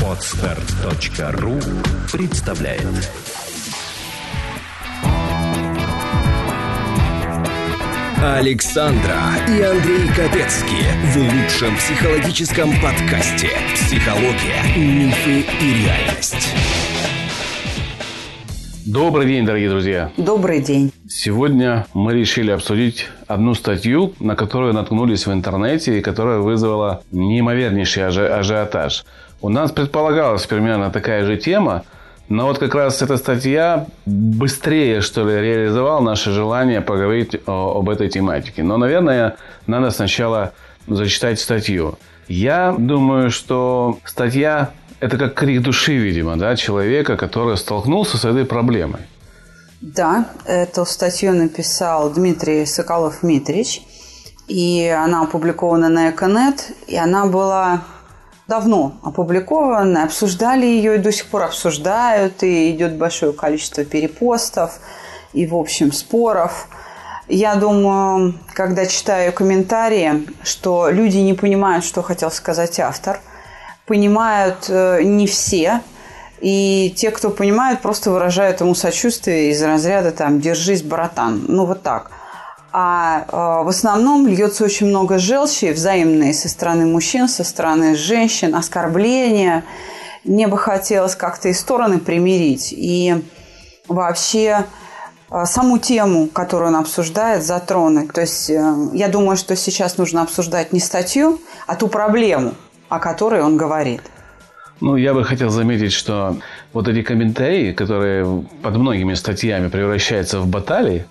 Podster.ru представляет. Александра и Андрей Капецки в лучшем психологическом подкасте «Психология, мифы и реальность». Добрый день, дорогие друзья. Добрый день. Сегодня мы решили обсудить одну статью, на которую наткнулись в интернете и которая вызвала неимовернейший ажиотаж. У нас предполагалась примерно такая же тема, но вот как раз эта статья быстрее, что ли, реализовала наше желание поговорить об этой тематике. Но, наверное, надо сначала зачитать статью. Я думаю, что статья – это как крик души, видимо, да, человека, который столкнулся с этой проблемой. Да, эту статью написал Дмитрий Соколов-Митрич, и она опубликована на Эконет, и она была давно опубликована, обсуждали ее и до сих пор обсуждают, и идет большое количество перепостов и, в общем, споров. Я думаю, когда читаю комментарии, что люди не понимают, что хотел сказать автор, понимают не все, и те, кто понимают, просто выражают ему сочувствие из разряда там «держись, братан», ну вот так. А в основном льется очень много желчи, взаимной со стороны мужчин, со стороны женщин, оскорбления. Мне бы хотелось как-то и стороны примирить. И вообще саму тему, которую он обсуждает, затронуть. То есть я думаю, что сейчас нужно обсуждать не статью, а ту проблему, о которой он говорит. Ну, я бы хотел заметить, что вот эти комментарии, которые под многими статьями превращаются в баталии,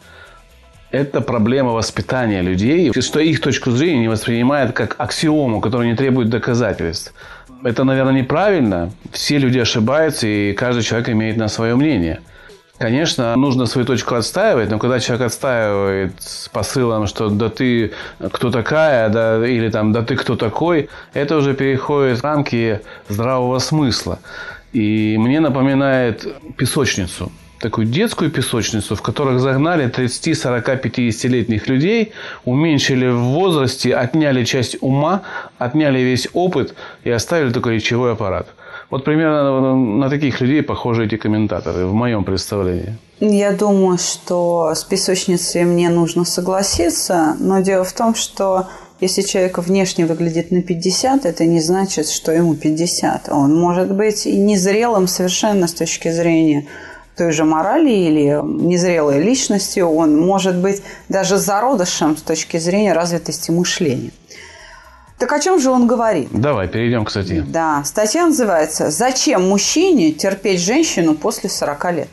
это проблема воспитания людей, что их точку зрения не воспринимают как аксиому, которая не требует доказательств. Это, наверное, неправильно. Все люди ошибаются, и каждый человек имеет на свое мнение. Конечно, нужно свою точку отстаивать, но когда человек отстаивает с посылом, что «да ты кто такая», да, или там «да ты кто такой», это уже переходит в рамки здравого смысла. И мне напоминает песочницу. Такую детскую песочницу, в которых загнали 30, 40, 50-летних людей, уменьшили в возрасте, отняли часть ума, отняли весь опыт и оставили только речевой аппарат. Вот примерно на таких людей похожи эти комментаторы, в моем представлении. Я думаю, что с песочницей мне нужно согласиться, но дело в том, что если человек внешне выглядит на 50, это не значит, что ему 50. Он может быть и незрелым совершенно с точки зрения той же морали или незрелой личности, он может быть даже зародышем с точки зрения развитости мышления. Так о чем же он говорит? Давай, перейдем к статье. Да, статья называется «Зачем мужчине терпеть женщину после 40 лет?»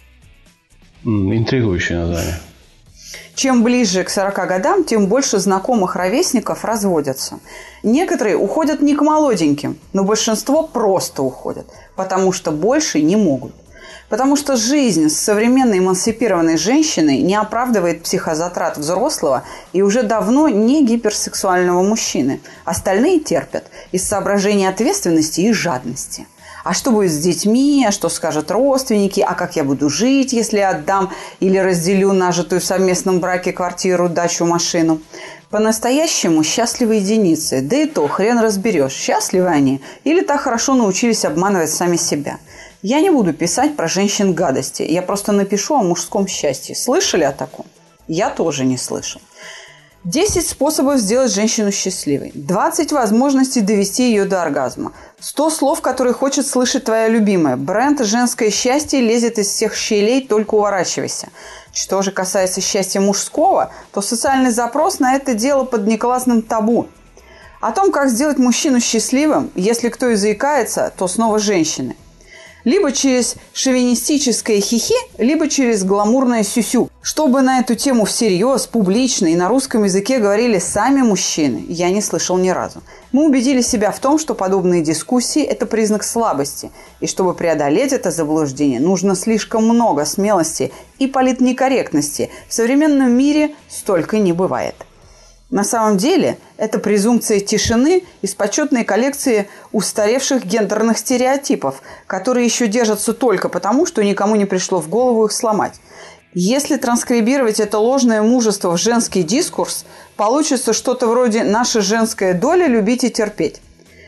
Интригующее название. Чем ближе к 40 годам, тем больше знакомых ровесников разводятся. Некоторые уходят не к молоденьким, но большинство просто уходят, потому что больше не могут. Потому что жизнь с современной эмансипированной женщиной не оправдывает психозатрат взрослого и уже давно не гиперсексуального мужчины. Остальные терпят из соображений ответственности и жадности. А что будет с детьми, а что скажут родственники, а как я буду жить, если отдам или разделю нажитую в совместном браке квартиру, дачу, машину. По-настоящему счастливы единицы, да и то хрен разберешь, счастливы они или так хорошо научились обманывать сами себя. Я не буду писать про женщин гадости, я просто напишу о мужском счастье. Слышали о таком? Я тоже не слышал. 10 способов сделать женщину счастливой. 20 возможностей довести ее до оргазма. 100 слов, которые хочет слышать твоя любимая. Бренд «Женское счастье» лезет из всех щелей, только уворачивайся. Что же касается счастья мужского, то социальный запрос на это дело под негласным табу. О том, как сделать мужчину счастливым, если кто и заикается, то снова женщины. Либо через шовинистическое хихи, либо через гламурное сюсю. Чтобы на эту тему всерьез, публично и на русском языке говорили сами мужчины, я не слышал ни разу. Мы убедили себя в том, что подобные дискуссии – это признак слабости. И чтобы преодолеть это заблуждение, нужно слишком много смелости и политнекорректности. В современном мире столько не бывает. На самом деле, это презумпция тишины из почетной коллекции устаревших гендерных стереотипов, которые еще держатся только потому, что никому не пришло в голову их сломать. Если транскрибировать это ложное мужество в женский дискурс, получится что-то вроде «наша женская доля – любить и терпеть».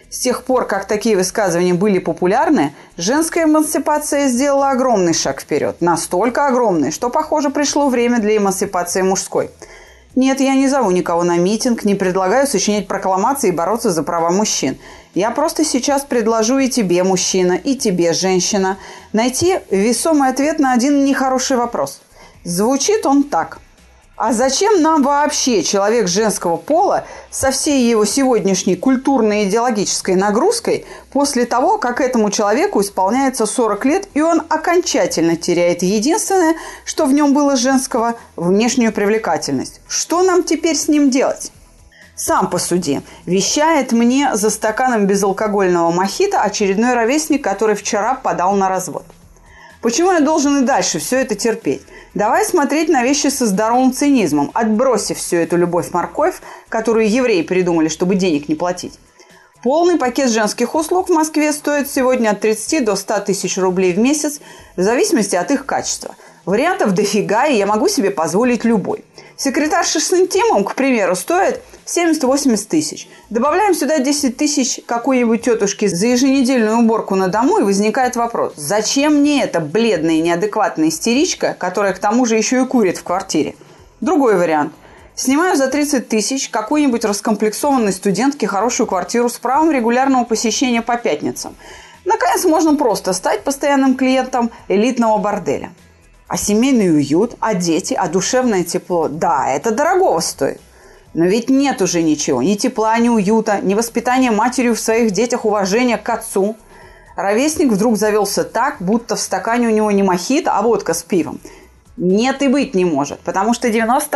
С тех пор, как такие высказывания были популярны, женская эмансипация сделала огромный шаг вперед. Настолько огромный, что, похоже, пришло время для эмансипации мужской. Нет, я не зову никого на митинг, не предлагаю сочинять прокламации и бороться за права мужчин. Я просто сейчас предложу и тебе, мужчина, и тебе, женщина, найти весомый ответ на один нехороший вопрос. Звучит он так. А зачем нам вообще человек женского пола со всей его сегодняшней культурно-идеологической нагрузкой после того, как этому человеку исполняется 40 лет, и он окончательно теряет единственное, что в нем было женского – внешнюю привлекательность? Что нам теперь с ним делать? Сам посуди. Вещает мне за стаканом безалкогольного мохито очередной ровесник, который вчера подал на развод. Почему я должен и дальше все это терпеть? Давай смотреть на вещи со здоровым цинизмом, отбросив всю эту любовь-морковь, которую евреи придумали, чтобы денег не платить. Полный пакет женских услуг в Москве стоит сегодня от 30 до 100 тысяч рублей в месяц, в зависимости от их качества. Вариантов дофига, и я могу себе позволить любой. Секретарша с интимом, к примеру, стоит 70-80 тысяч. Добавляем сюда 10 тысяч какой-нибудь тетушки за еженедельную уборку на дому, и возникает вопрос, зачем мне эта бледная и неадекватная истеричка, которая к тому же еще и курит в квартире? Другой вариант. Снимаю за 30 тысяч какой-нибудь раскомплексованной студентке хорошую квартиру с правом регулярного посещения по пятницам. Наконец, можно просто стать постоянным клиентом элитного борделя. А семейный уют, а дети, а душевное тепло – да, это дорогого стоит. Но ведь нет уже ничего, ни тепла, ни уюта, ни воспитания матерью в своих детях уважения к отцу. Ровесник вдруг завелся так, будто в стакане у него не мохито, а водка с пивом. Нет и быть не может, потому что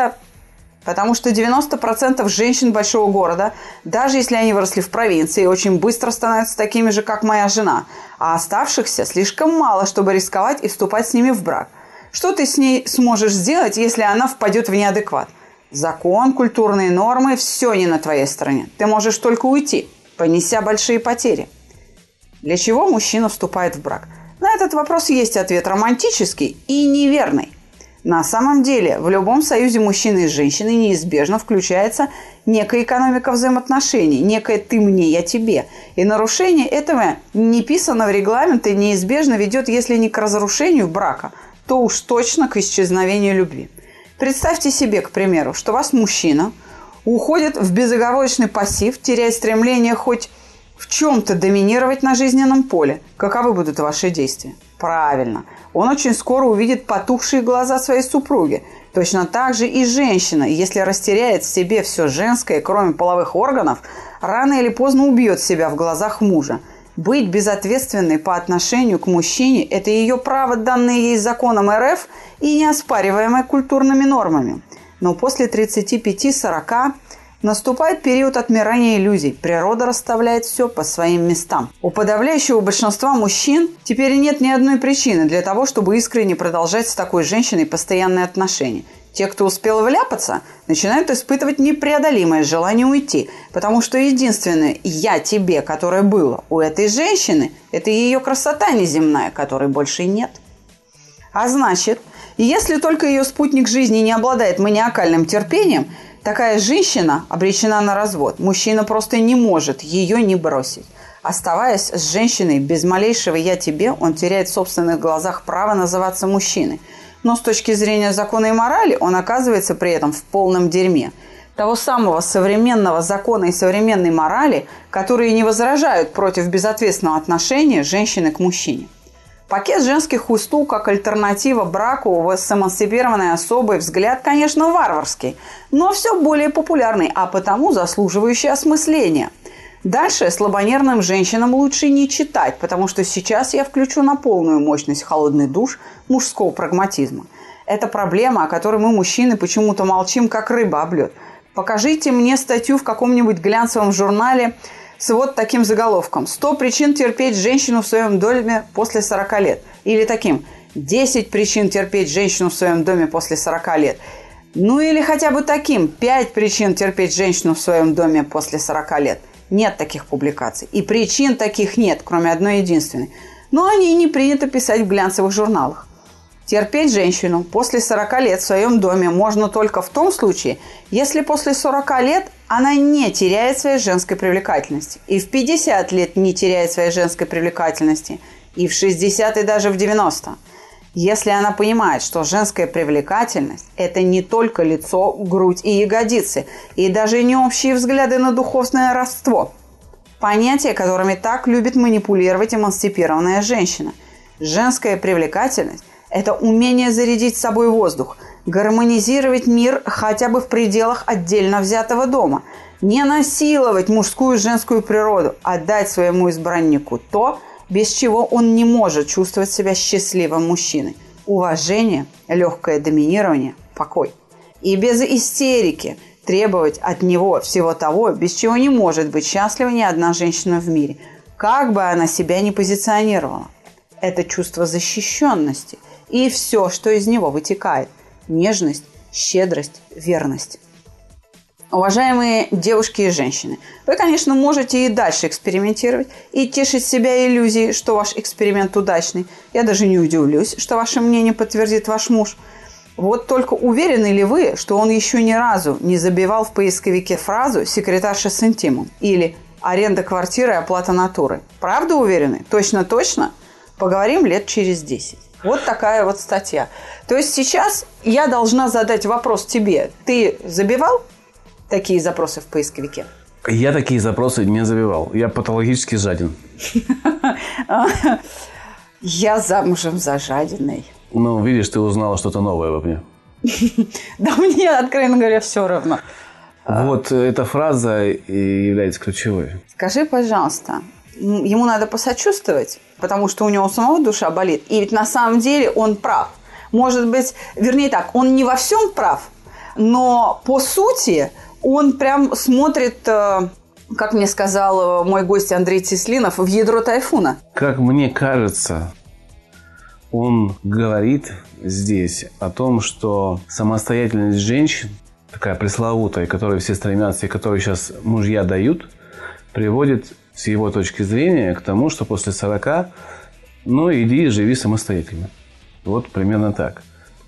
90% женщин большого города, даже если они выросли в провинции, очень быстро становятся такими же, как моя жена, а оставшихся слишком мало, чтобы рисковать и вступать с ними в брак. Что ты с ней сможешь сделать, если она впадет в неадекват? Закон, культурные нормы – все не на твоей стороне. Ты можешь только уйти, понеся большие потери. Для чего мужчина вступает в брак? На этот вопрос есть ответ романтический и неверный. На самом деле, в любом союзе мужчины и женщины неизбежно включается некая экономика взаимоотношений, некое «ты мне, я тебе». И нарушение этого неписанного регламента неизбежно ведет, если не к разрушению брака, то уж точно к исчезновению любви. Представьте себе, к примеру, что вас мужчина уходит в безоговорочный пассив, теряя стремление хоть в чем-то доминировать на жизненном поле. Каковы будут ваши действия? Правильно. Он очень скоро увидит потухшие глаза своей супруги. Точно так же и женщина, если растеряет в себе все женское, кроме половых органов, рано или поздно убьет себя в глазах мужа. Быть безответственной по отношению к мужчине – это ее право, данное ей законом РФ и неоспариваемое культурными нормами. Но после 35-40 наступает период отмирания иллюзий. Природа расставляет все по своим местам. У подавляющего большинства мужчин теперь нет ни одной причины для того, чтобы искренне продолжать с такой женщиной постоянные отношения. Те, кто успел вляпаться, начинают испытывать непреодолимое желание уйти, потому что единственное «я тебе», которое было у этой женщины, это ее красота неземная, которой больше нет. А значит, если только ее спутник жизни не обладает маниакальным терпением, такая женщина обречена на развод. Мужчина просто не может ее не бросить. Оставаясь с женщиной без малейшего «я тебе», он теряет в собственных глазах право называться мужчиной. Но с точки зрения закона и морали он оказывается при этом в полном дерьме. Того самого современного закона и современной морали, которые не возражают против безответственного отношения женщины к мужчине. Пакет женских услуг как альтернатива браку с эмансипированной особой взгляд, конечно, варварский, но все более популярный, а потому заслуживающий осмысления. Дальше слабонервным женщинам лучше не читать, потому что сейчас я включу на полную мощность холодный душ мужского прагматизма. Это проблема, о которой мы, мужчины, почему-то молчим, как рыба об лед. Покажите мне статью в каком-нибудь глянцевом журнале с вот таким заголовком «100 причин терпеть женщину в своем доме после 40 лет». Или таким «10 причин терпеть женщину в своем доме после 40 лет». Ну или хотя бы таким «5 причин терпеть женщину в своем доме после 40 лет». Нет таких публикаций. И причин таких нет, кроме одной единственной. Но о ней не принято писать в глянцевых журналах. Терпеть женщину после 40 лет в своем доме можно только в том случае, если после 40 лет она не теряет своей женской привлекательности, и в 50 лет не теряет своей женской привлекательности, и в 60 и даже в 90. Если она понимает, что женская привлекательность – это не только лицо, грудь и ягодицы, и даже не общие взгляды на духовное родство. Понятия, которыми так любит манипулировать эмансипированная женщина. Женская привлекательность – это умение зарядить собой воздух, гармонизировать мир хотя бы в пределах отдельно взятого дома, не насиловать мужскую и женскую природу, а дать своему избраннику то, без чего он не может чувствовать себя счастливым мужчиной. Уважение, легкое доминирование, покой. И без истерики требовать от него всего того, без чего не может быть счастлива ни одна женщина в мире, как бы она себя ни позиционировала. Это чувство защищенности и все, что из него вытекает. Нежность, щедрость, верность. Уважаемые девушки и женщины, вы, конечно, можете и дальше экспериментировать и тешить себя иллюзией, что ваш эксперимент удачный. Я даже не удивлюсь, что ваше мнение подтвердит ваш муж. Вот только уверены ли вы, что он еще ни разу не забивал в поисковике фразу «секретарша с интимом» или «аренда квартиры и оплата натуры»? Правда уверены? Точно-точно? Поговорим лет через 10. Вот такая вот статья. То есть сейчас я должна задать вопрос тебе. Ты забивал такие запросы в поисковике? Я такие запросы не забивал. Я патологически жаден. Я замужем за жадиной. Ну, видишь, ты узнала что-то новое во мне. Да мне, откровенно говоря, все равно. Вот эта фраза и является ключевой. Скажи, пожалуйста, ему надо посочувствовать, потому что у него самого душа болит. И ведь на самом деле он прав. Может быть, вернее так, он не во всем прав, но по сути он прям смотрит, как мне сказал мой гость Андрей Теслинов, в ядро тайфуна. Как мне кажется, он говорит здесь о том, что самостоятельность женщин, такая пресловутая, к которой все стремятся и которую сейчас мужья дают, приводит с его точки зрения к тому, что после 40, ну, иди и живи самостоятельно. Вот примерно так.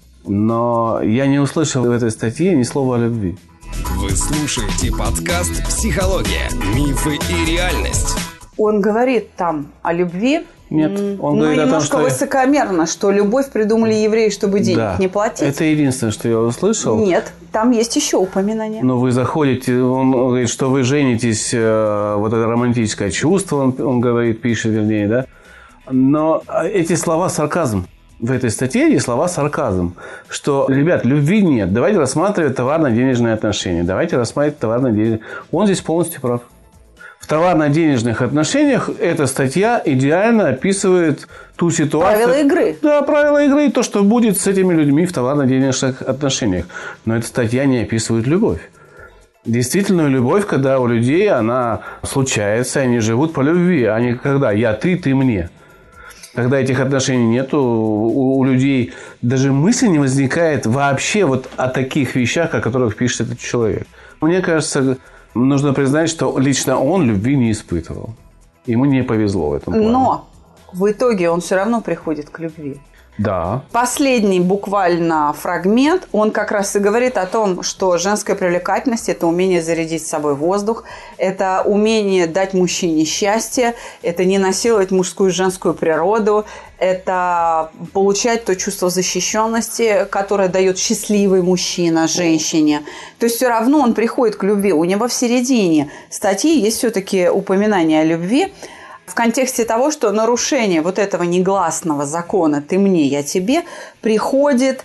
Но я не услышал в этой статье ни слова о любви. Вы слушаете подкаст «Психология. Мифы и реальность». Он говорит там о любви. Нет, он говорит о том, немножко высокомерно, что любовь придумали евреи, чтобы денег не платить. Это единственное, что я услышал. Нет, там есть еще упоминание. Но вы заходите, он говорит, что вы женитесь, вот это романтическое чувство, он говорит, пишет, вернее, да. Но эти слова сарказм. В этой статье есть слова сарказм, что, ребят, любви нет, давайте рассматривать товарно-денежные отношения, давайте рассматривать товарно-денежные. Он здесь полностью прав. В товарно-денежных отношениях эта статья идеально описывает ту ситуацию. Правила игры. Да, правила игры и то, что будет с этими людьми в товарно-денежных отношениях. Но эта статья не описывает любовь. Действительную любовь, когда у людей она случается, они живут по любви, а не когда я ты, ты мне. Когда этих отношений нету, у людей даже мысли не возникает вообще вот о таких вещах, о которых пишет этот человек. Мне кажется, нужно признать, что лично он любви не испытывал. Ему не повезло в этом плане. Но в итоге он все равно приходит к любви. Да. Последний буквально фрагмент, он как раз и говорит о том, что женская привлекательность – это умение зарядить с собой воздух, это умение дать мужчине счастье, это не насиловать мужскую и женскую природу, это получать то чувство защищенности, которое дает счастливый мужчина женщине. То есть все равно он приходит к любви. У него в середине статьи есть все-таки упоминание о любви, в контексте того, что нарушение вот этого негласного закона «ты мне, я тебе» приходит,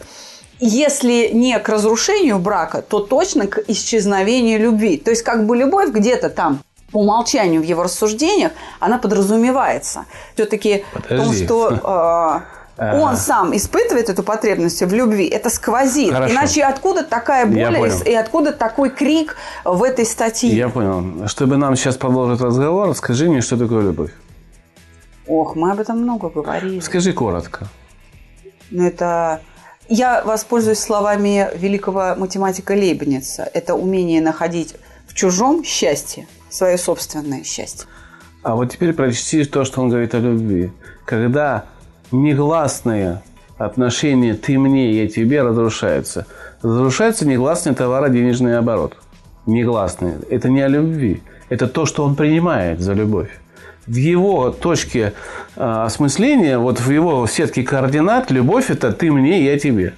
если не к разрушению брака, то точно к исчезновению любви. То есть как бы любовь где-то там по умолчанию в его рассуждениях, она подразумевается. Все-таки в том, что он сам испытывает эту потребность в любви, это сквозит. Хорошо. Иначе откуда такая боль и откуда такой крик в этой статье? Я понял. Чтобы нам сейчас продолжить разговор, скажи мне, что такое любовь. Ох, мы об этом много говорили. Скажи коротко. Ну, это... Я воспользуюсь словами великого математика Лейбница. Это умение находить в чужом счастье свое собственное счастье. А вот теперь прочти то, что он говорит о любви. Когда негласные отношения «ты мне, я тебе» разрушаются. Разрушается негласный товаро-денежный оборот. Негласный. Это не о любви. Это то, что он принимает за любовь. В его точке осмысления, вот в его сетке координат, любовь – это «ты мне, я тебе».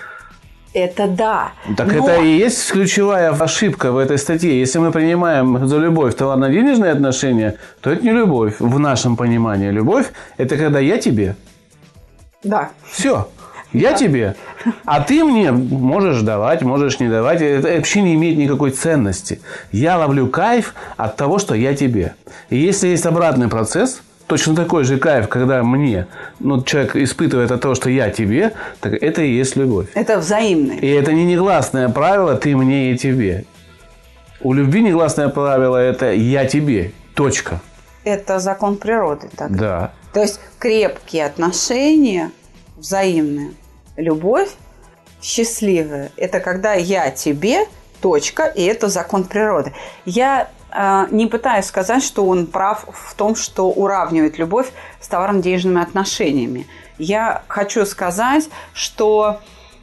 Это да. Так это и есть ключевая ошибка в этой статье. Если мы принимаем за любовь товарно-денежные отношения, то это не любовь. В нашем понимании любовь – это когда я тебе. Да. Все. Я тебе. А ты мне можешь давать, можешь не давать. Это вообще не имеет никакой ценности. Я ловлю кайф от того, что я тебе. И если есть обратный процесс, точно такой же кайф, когда мне, человек испытывает от того, что я тебе, так это и есть любовь. Это взаимное. И это не негласное правило «ты мне и тебе». У любви негласное правило – это «я тебе». Точка. Это закон природы. Так? Да. То есть крепкие отношения, взаимные, любовь, счастливая – это когда я тебе, точка, и это закон природы. Я не пытаюсь сказать, что он прав в том, что уравнивает любовь с товарно-денежными отношениями. Я хочу сказать, что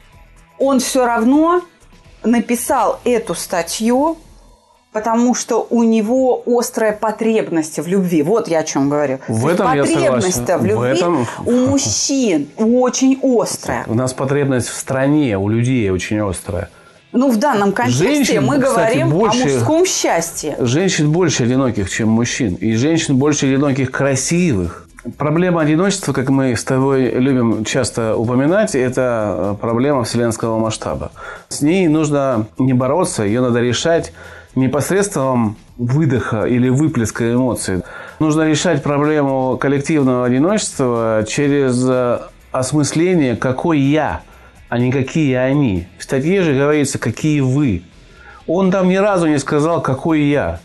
он все равно написал эту статью, потому что у него острая потребность в любви. Вот я о чем говорю. В этом я согласен. Потребность в любви у мужчин очень острая. У нас потребность в стране, у людей очень острая. В данном контексте мы говорим о мужском счастье. Женщин больше одиноких, чем мужчин. И женщин больше одиноких красивых. Проблема одиночества, как мы с тобой любим часто упоминать, это проблема вселенского масштаба. С ней нужно не бороться, ее надо решать не посредством выдоха или выплеска эмоций. Нужно решать проблему коллективного одиночества через осмысление, какой я, а не какие они. В статье же говорится, какие вы. Он там ни разу не сказал, какой я.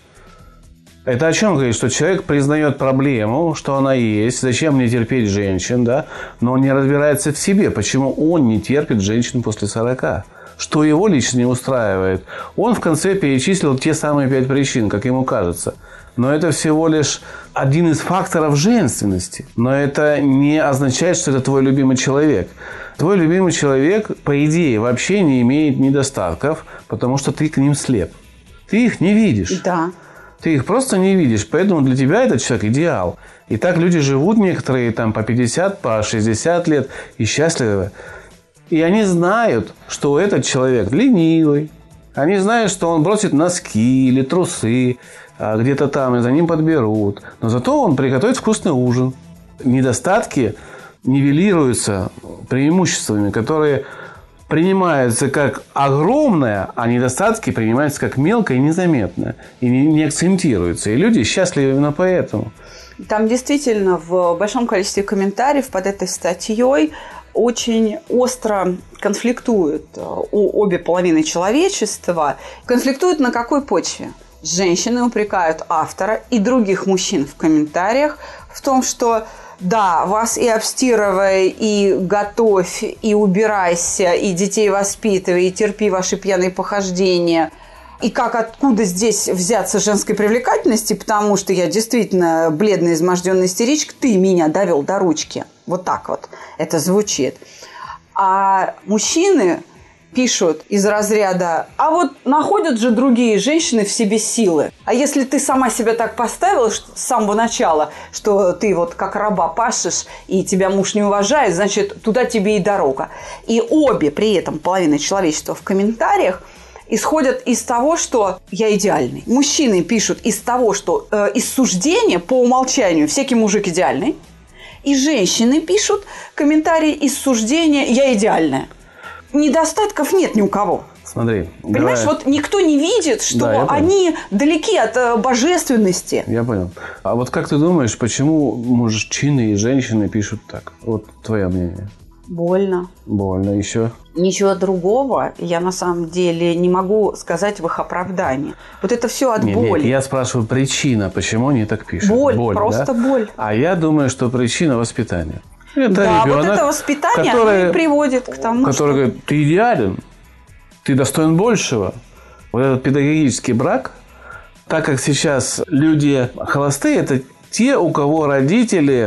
Это о чем говорит? Что человек признает проблему, что она есть, зачем мне терпеть женщин, да? Но он не разбирается в себе, почему он не терпит женщин после 40. Что его лично не устраивает. Он в конце перечислил те самые 5 причин, как ему кажется. Но это всего лишь один из факторов женственности. Но это не означает, что это твой любимый человек. Твой любимый человек, по идее, вообще не имеет недостатков, потому что ты к ним слеп. Ты их не видишь. Да. Ты их просто не видишь. Поэтому для тебя этот человек идеал. И так люди живут некоторые там по 50, по 60 лет и счастливы. И они знают, что этот человек ленивый. Они знают, что он бросит носки или трусы где-то там, и за ним подберут. Но зато он приготовит вкусный ужин. Недостатки нивелируются преимуществами, которые принимаются как огромное, а недостатки принимаются как мелкое и незаметное. И не акцентируются. И люди счастливы именно поэтому. Там действительно в большом количестве комментариев под этой статьей очень остро конфликтуют обе половины человечества. Конфликтуют на какой почве? Женщины упрекают автора и других мужчин в комментариях в том, что да, вас и обстирывай, и готовь, и убирайся, и детей воспитывай, и терпи ваши пьяные похождения. И откуда здесь взяться женской привлекательности, потому что я действительно бледная, изможденная истеричка, ты меня довел до ручки. Вот так вот это звучит. А мужчины пишут из разряда: а вот находят же другие женщины в себе силы. А если ты сама себя так поставила с самого начала, что ты вот как раба пашешь, и тебя муж не уважает, значит, туда тебе и дорога. И обе при этом половины человечества в комментариях исходят из того, что я идеальный. Мужчины пишут из того, что из суждения по умолчанию всякий мужик идеальный. И женщины пишут комментарии из суждения «я идеальная». Недостатков нет ни у кого. Смотри. Понимаешь, вот никто не видит, что они далеки от божественности. Я понял. А вот как ты думаешь, почему мужчины и женщины пишут так? Вот твое мнение. Больно. Больно. Еще? Ничего другого я на самом деле не могу сказать в их оправдании. Вот это все от боли. Нет, я спрашиваю причина, почему они так пишут. Боль, просто да? Боль. А я думаю, что причина воспитания. Это да, ребенок, вот это воспитание приводит к тому, который говорит, ты идеален, ты достоин большего. Вот этот педагогический брак, так как сейчас люди холостые, это те, у кого родители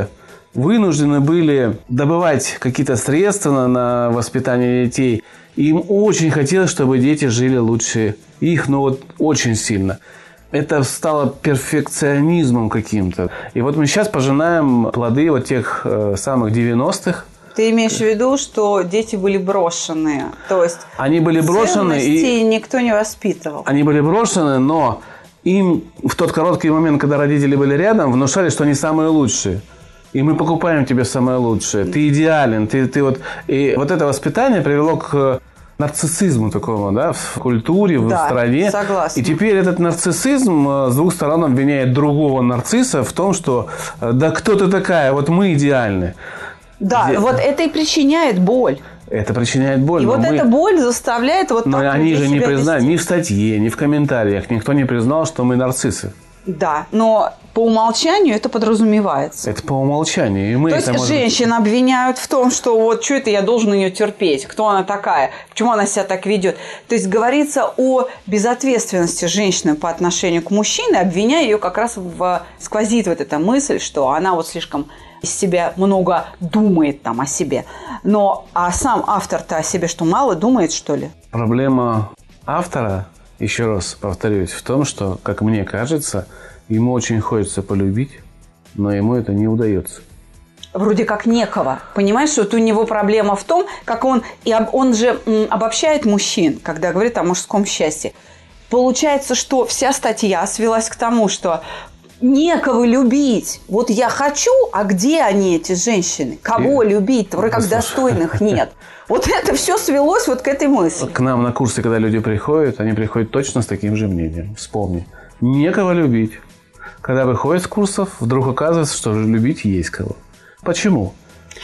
вынуждены были добывать какие-то средства на воспитание детей. Им очень хотелось, чтобы дети жили лучше их, но вот очень сильно. Это стало перфекционизмом каким-то. И вот мы сейчас пожинаем плоды вот тех самых 90-х. Ты имеешь в виду, что дети были брошенные? То есть они были брошены, и никто не воспитывал. Они были брошены, но им в тот короткий момент, когда родители были рядом, внушали, что они самые лучшие. И мы покупаем тебе самое лучшее. Ты идеален. Ты вот... И вот это воспитание привело к нарциссизму такому, да, в культуре, в стране. Согласна. И теперь этот нарциссизм с двух сторон обвиняет другого нарцисса в том, что да кто ты такая, вот мы идеальны. Да, вот это и причиняет боль. Это причиняет боль. И вот эта боль заставляет вот так. Но они же не признали, ни в статье, ни в комментариях, никто не признал, что мы нарциссы. Да, но по умолчанию это подразумевается. Это по умолчанию. И мы То есть можем... женщин обвиняют в том, что вот что это я должен ее терпеть, кто она такая, почему она себя так ведет. То есть говорится о безответственности женщины по отношению к мужчине, обвиняя ее как раз сквозит вот эта мысль, что она вот слишком из себя много думает там о себе. Но а сам автор-то о себе что, мало думает, что ли? Проблема автора, еще раз повторюсь, в том, что, как мне кажется, ему очень хочется полюбить, но ему это не удается. Вроде как некого. Понимаешь, вот у него проблема в том, как он же обобщает мужчин, когда говорит о мужском счастье. Получается, что вся статья свелась к тому, что некого любить. Вот я хочу, а где они, эти женщины? Кого любить? Вроде как достойных нет. Вот это все свелось вот к этой мысли. К нам на курсы, когда люди приходят, они приходят точно с таким же мнением. Вспомни. Некого любить. Когда выходят с курсов, вдруг оказывается, что любить есть кого. Почему?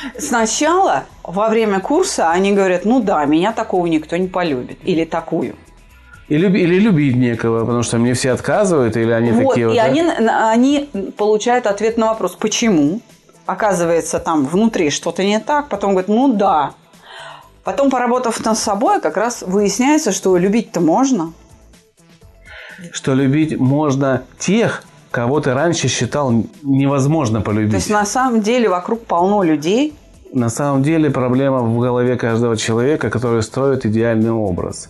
Сначала, во время курса, они говорят, ну да, меня такого никто не полюбит. Или такую. Или любить некого, потому что мне все отказывают, или они вот, такие вот. И они получают ответ на вопрос, почему? Оказывается, там внутри что-то не так, потом говорят, ну да. Потом, поработав над собой, как раз выясняется, что любить-то можно. Что любить можно тех, кого ты раньше считал невозможно полюбить. То есть, на самом деле, вокруг полно людей. На самом деле проблема в голове каждого человека, который строит идеальный образ.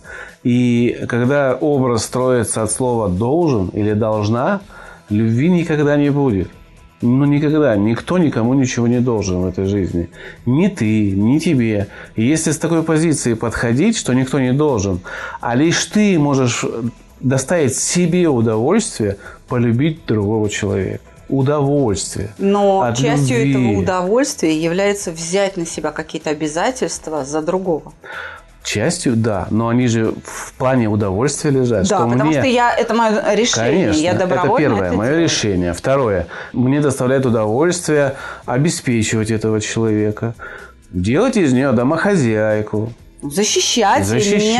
И когда образ строится от слова «должен» или «должна», любви никогда не будет. Ну, никогда. Никто никому ничего не должен в этой жизни. Ни ты, ни тебе. И если с такой позиции подходить, что никто не должен, а лишь ты можешь доставить себе удовольствие полюбить другого человека. Удовольствие. Но частью любви. этого удовольствия является взять на себя какие-то обязательства за другого. Частью, да, но они же в плане удовольствия лежат. Да, что потому мне... что это мое решение. Конечно, я добровольно это первое, мое делаю. решение. Второе, мне доставляет удовольствие обеспечивать этого человека, делать из нее домохозяйку. Защищать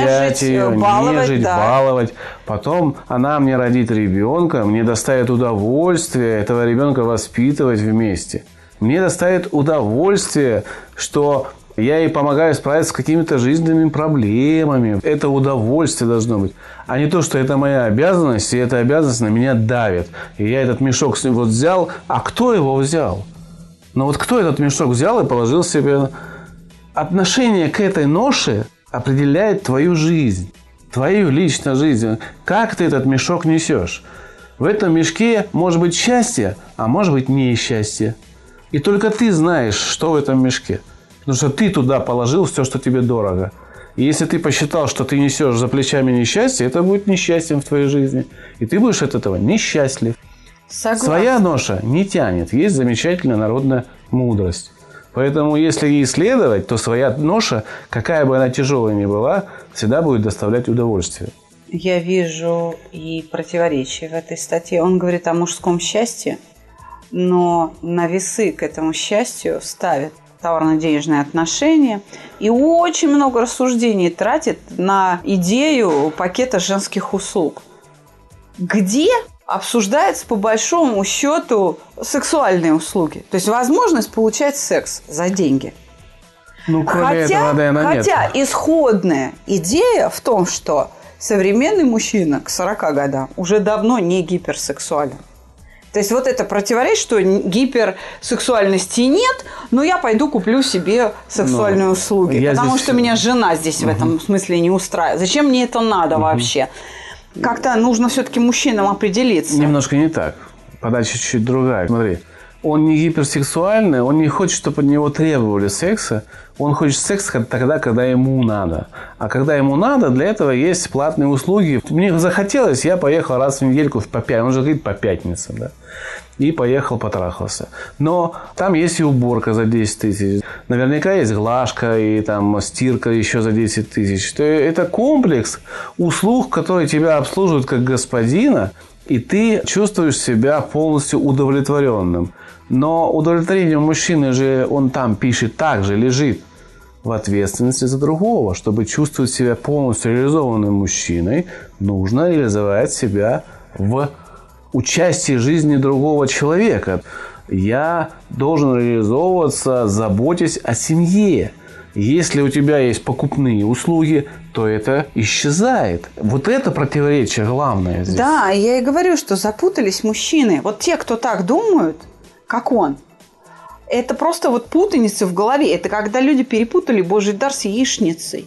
ее, баловать, нежить, да. баловать. Потом она мне родит ребенка, мне доставит удовольствие этого ребенка воспитывать вместе. Мне доставит удовольствие, что я ей помогаю справиться с какими-то жизненными проблемами. Это удовольствие должно быть. А не то, что это моя обязанность, и эта обязанность на меня давит. И я этот мешок вот взял. А кто его взял? Ну вот кто этот мешок взял и положил себе... Отношение к этой ноше определяет твою жизнь, твою личную жизнь. Как ты этот мешок несешь? В этом мешке может быть счастье, а может быть несчастье. И только ты знаешь, что в этом мешке. Потому что ты туда положил все, что тебе дорого. И если ты посчитал, что ты несешь за плечами несчастье, это будет несчастьем в твоей жизни. И ты будешь от этого несчастлив. Согласна. Своя ноша не тянет. Есть замечательная народная мудрость. Поэтому, если ей следовать, то своя ноша, какая бы она тяжелая ни была, всегда будет доставлять удовольствие. Я вижу и противоречие в этой статье. Он говорит о мужском счастье, но на весы к этому счастью ставит товарно-денежные отношения и очень много рассуждений тратит на идею пакета женских услуг, где обсуждается по большому счету сексуальные услуги. То есть возможность получать секс за деньги. Ну, кроме этого, наверное, нет. Хотя исходная идея в том, что современный мужчина к 40 годам уже давно не гиперсексуален. То есть вот это противоречит, что гиперсексуальности нет, но я пойду куплю себе сексуальные услуги, потому что меня жена здесь в этом смысле не устраивает. Зачем мне это надо вообще? Как-то нужно все-таки мужчинам определиться. Немножко не так. Подача чуть-чуть другая. Смотри, он не гиперсексуальный, он не хочет, чтобы от него требовали секса. Он хочет секса тогда, когда ему надо. А когда ему надо, для этого есть платные услуги. Мне захотелось, я поехал раз в недельку по пятницам. Он же говорит по пятницам, да. И поехал, потрахался. Но там есть и уборка за 10 тысяч. Наверняка есть глажка и там стирка еще за 10 тысяч. То есть это комплекс услуг, которые тебя обслуживают как господина, и ты чувствуешь себя полностью удовлетворенным. Но удовлетворение мужчины же, он там пишет, также лежит в ответственности за другого. Чтобы чувствовать себя полностью реализованным мужчиной, нужно реализовать себя в участии в жизни другого человека. Я должен реализовываться, заботясь о семье. Если у тебя есть покупные услуги, то это исчезает. Вот это противоречие главное здесь. Да, я и говорю, что запутались мужчины. Вот те, кто так думают, как он, это просто вот путаница в голове. Это когда люди перепутали Божий дар с яичницей.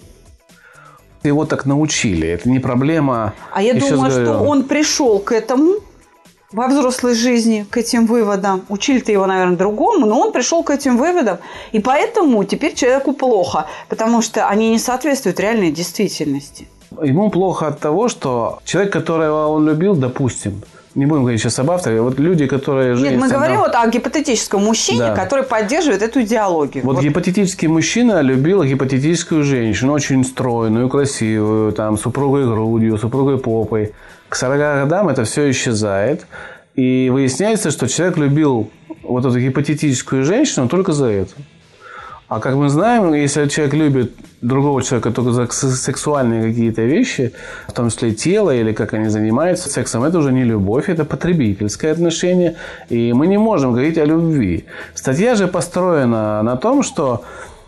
Его так научили. Это не проблема. А я думаю, что он пришел к этому во взрослой жизни, к этим выводам. Учили-то его, наверное, другому, но он пришел к этим выводам. И поэтому теперь человеку плохо, потому что они не соответствуют реальной действительности. Ему плохо от того, что человек, которого он любил, допустим, не будем говорить сейчас об авторе, вот люди, которые... Нет, мы говорим вот о гипотетическом мужчине, да, который поддерживает эту идеологию. Вот гипотетический мужчина любил гипотетическую женщину, очень стройную, красивую, там, с упругой грудью, с упругой попой. К 40 годам это все исчезает. И выясняется, что человек любил вот эту гипотетическую женщину только за это. А как мы знаем, если человек любит другого человека только за сексуальные какие-то вещи, в том числе тело или как они занимаются сексом, это уже не любовь, это потребительское отношение. И мы не можем говорить о любви. Статья же построена на том, что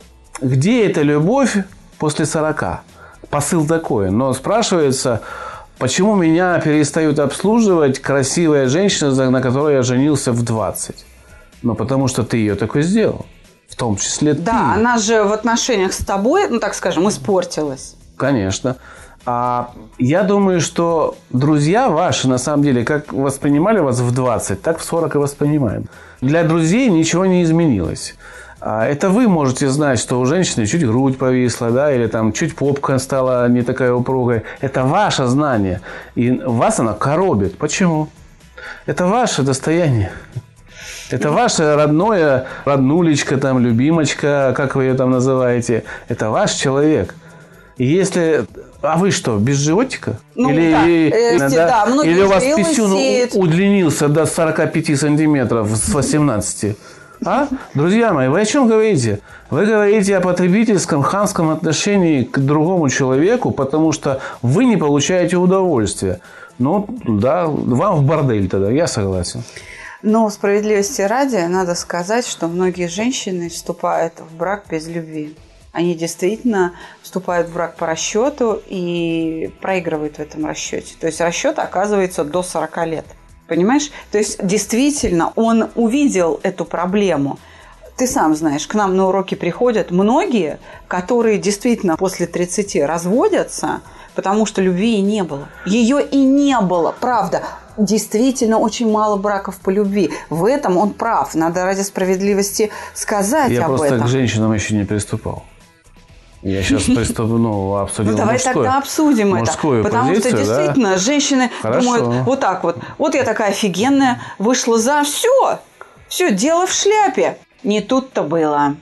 где эта любовь после 40? Посыл такой. Но спрашивается, почему меня перестают обслуживать красивая женщина, на которой я женился в 20? Ну, потому что ты ее такой сделал. В том числе ты. Да, она же в отношениях с тобой, ну, так скажем, испортилась. Конечно. А я думаю, что друзья ваши, на самом деле, как воспринимали вас в 20, так в 40 и воспринимаем. Для друзей ничего не изменилось. Это вы можете знать, что у женщины чуть грудь повисла, да, или там чуть попка стала не такая упругая. Это ваше знание. И вас она коробит. Почему? Это ваше достояние. Это ваше родное, роднулечка, там, любимочка, как вы ее там называете. Это ваш человек. И если... А вы что, без животика? Ну, или, да. Или у вас писюн удлинился до 45 сантиметров с 18? А? Друзья мои, вы о чем говорите? Вы говорите о потребительском, хамском отношении к другому человеку, потому что вы не получаете удовольствия. Ну, да, вам в бордель тогда, я согласен. Но справедливости ради надо сказать, что многие женщины вступают в брак без любви. Они действительно вступают в брак по расчету и проигрывают в этом расчете. То есть расчет оказывается до 40 лет. Понимаешь? То есть действительно он увидел эту проблему. Ты сам знаешь, к нам на уроки приходят многие, которые действительно после 30 разводятся, потому что любви и не было. Ее и не было, правда. Действительно, очень мало браков по любви. В этом он прав. Надо ради справедливости сказать об этом. Я просто к женщинам еще не приступал. Я сейчас обсудил давай тогда обсудим это. Потому что действительно женщины думают вот так вот. Вот я такая офигенная, вышла за все, дело в шляпе. Не тут-то было.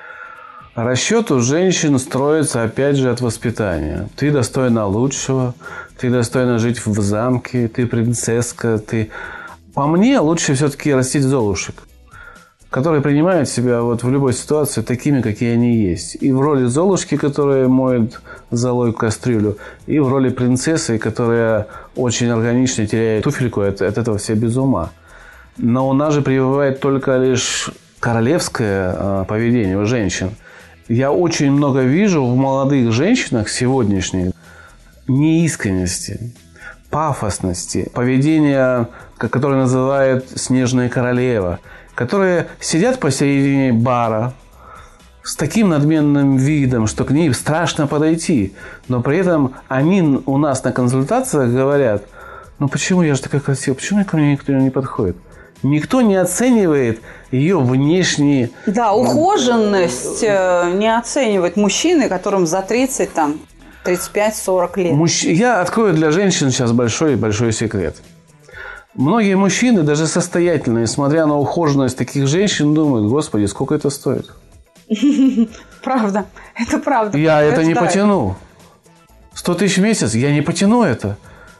Расчет у женщин строится, опять же, от воспитания. Ты достойна лучшего, ты достойна жить в замке, ты принцесска, ты... По мне, лучше все-таки растить золушек, которые принимают себя вот в любой ситуации такими, какие они есть. И в роли золушки, которая моет золой кастрюлю, и в роли принцессы, которая очень органично теряет туфельку, от этого все без ума. Но у нас же прививает только лишь королевское поведение у женщин. Я очень много вижу в молодых женщинах сегодняшних неискренности, пафосности, поведения, которое называют «снежная королева», которые сидят посередине бара с таким надменным видом, что к ней страшно подойти. Но при этом они у нас на консультациях говорят: ну почему я же такая красивая, почему ко мне никто не подходит? Никто не оценивает ее внешние... Да, ухоженность не оценивает мужчины, которым за 30, там, 35-40 лет. Я открою для женщин сейчас большой секрет. Многие мужчины, даже состоятельные, смотря на ухоженность таких женщин, думают: господи, сколько это стоит? Правда, это правда. Я это не потяну. 100 тысяч в месяц, я не потяну это.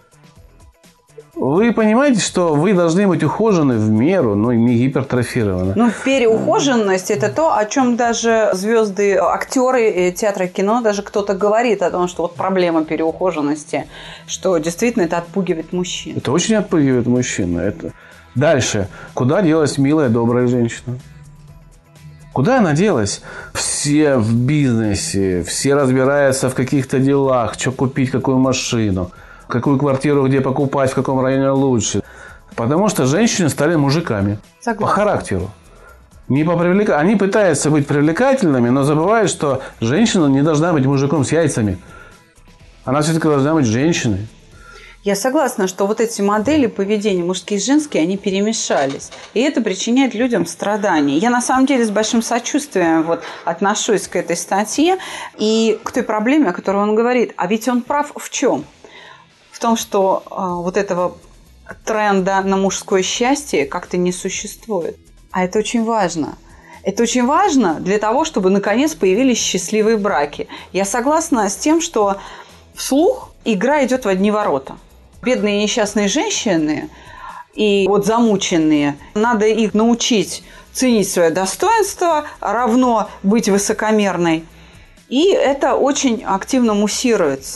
Вы понимаете, что вы должны быть ухожены в меру, но не гипертрофированы. Ну, переухоженность – это то, о чем даже звезды, актеры театра и кино, даже кто-то говорит о том, что вот проблема переухоженности, что действительно это отпугивает мужчин. Это очень отпугивает мужчин. Дальше. Куда делась милая, добрая женщина? Куда она делась? Все в бизнесе, все разбираются в каких-то делах, что купить, какую машину, какую квартиру где покупать, в каком районе лучше. Потому что женщины стали мужиками. Согласна. По характеру. Не по Они пытаются быть привлекательными, но забывают, что женщина не должна быть мужиком с яйцами. Она все-таки должна быть женщиной. Я согласна, что вот эти модели поведения, мужские и женские, они перемешались. И это причиняет людям страдания. Я на самом деле с большим сочувствием отношусь к этой статье и к той проблеме, о которой он говорит. А ведь он прав в чем? В том, что вот этого тренда на мужское счастье как-то не существует. А это очень важно. Это очень важно для того, чтобы наконец появились счастливые браки. Я согласна с тем, что вслух игра идет в одни ворота. Бедные несчастные женщины и замученные, надо их научить ценить свое достоинство, равно быть высокомерной. И это очень активно муссируется.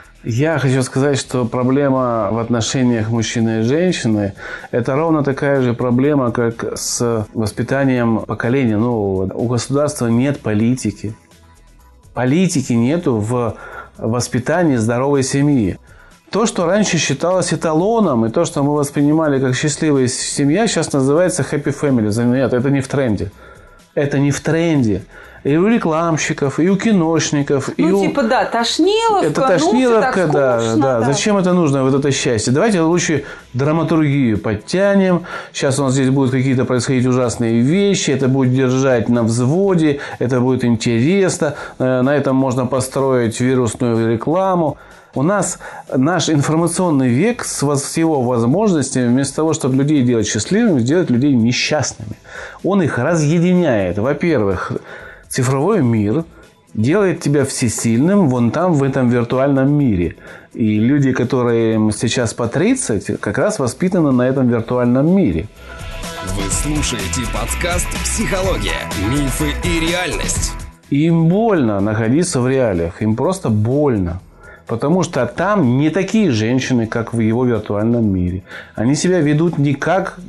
Я хочу сказать, что проблема в отношениях мужчины и женщины – это ровно такая же проблема, как с воспитанием поколения нового. У государства нет политики. Политики нету в воспитании здоровой семьи. То, что раньше считалось эталоном, и то, что мы воспринимали как счастливая семья, сейчас называется happy family. Нет, это не в тренде. Это не в тренде. И у рекламщиков, и у киношников. Тошниловка. Это тошниловка, да. Зачем это нужно, вот это счастье? Давайте лучше драматургию подтянем. Сейчас у нас здесь будут какие-то происходить ужасные вещи. Это будет держать на взводе. Это будет интересно. На этом можно построить вирусную рекламу. У нас наш информационный век с его возможностями, вместо того, чтобы людей делать счастливыми, делает людей несчастными. Он их разъединяет. Во-первых, цифровой мир делает тебя всесильным вон там, в этом виртуальном мире. И люди, которые сейчас по 30, как раз воспитаны на этом виртуальном мире. Вы слушаете подкаст «Психология. Мифы и реальность». Им больно находиться в реалиях. Им просто больно. Потому что там не такие женщины, как в его виртуальном мире. Они себя ведут не как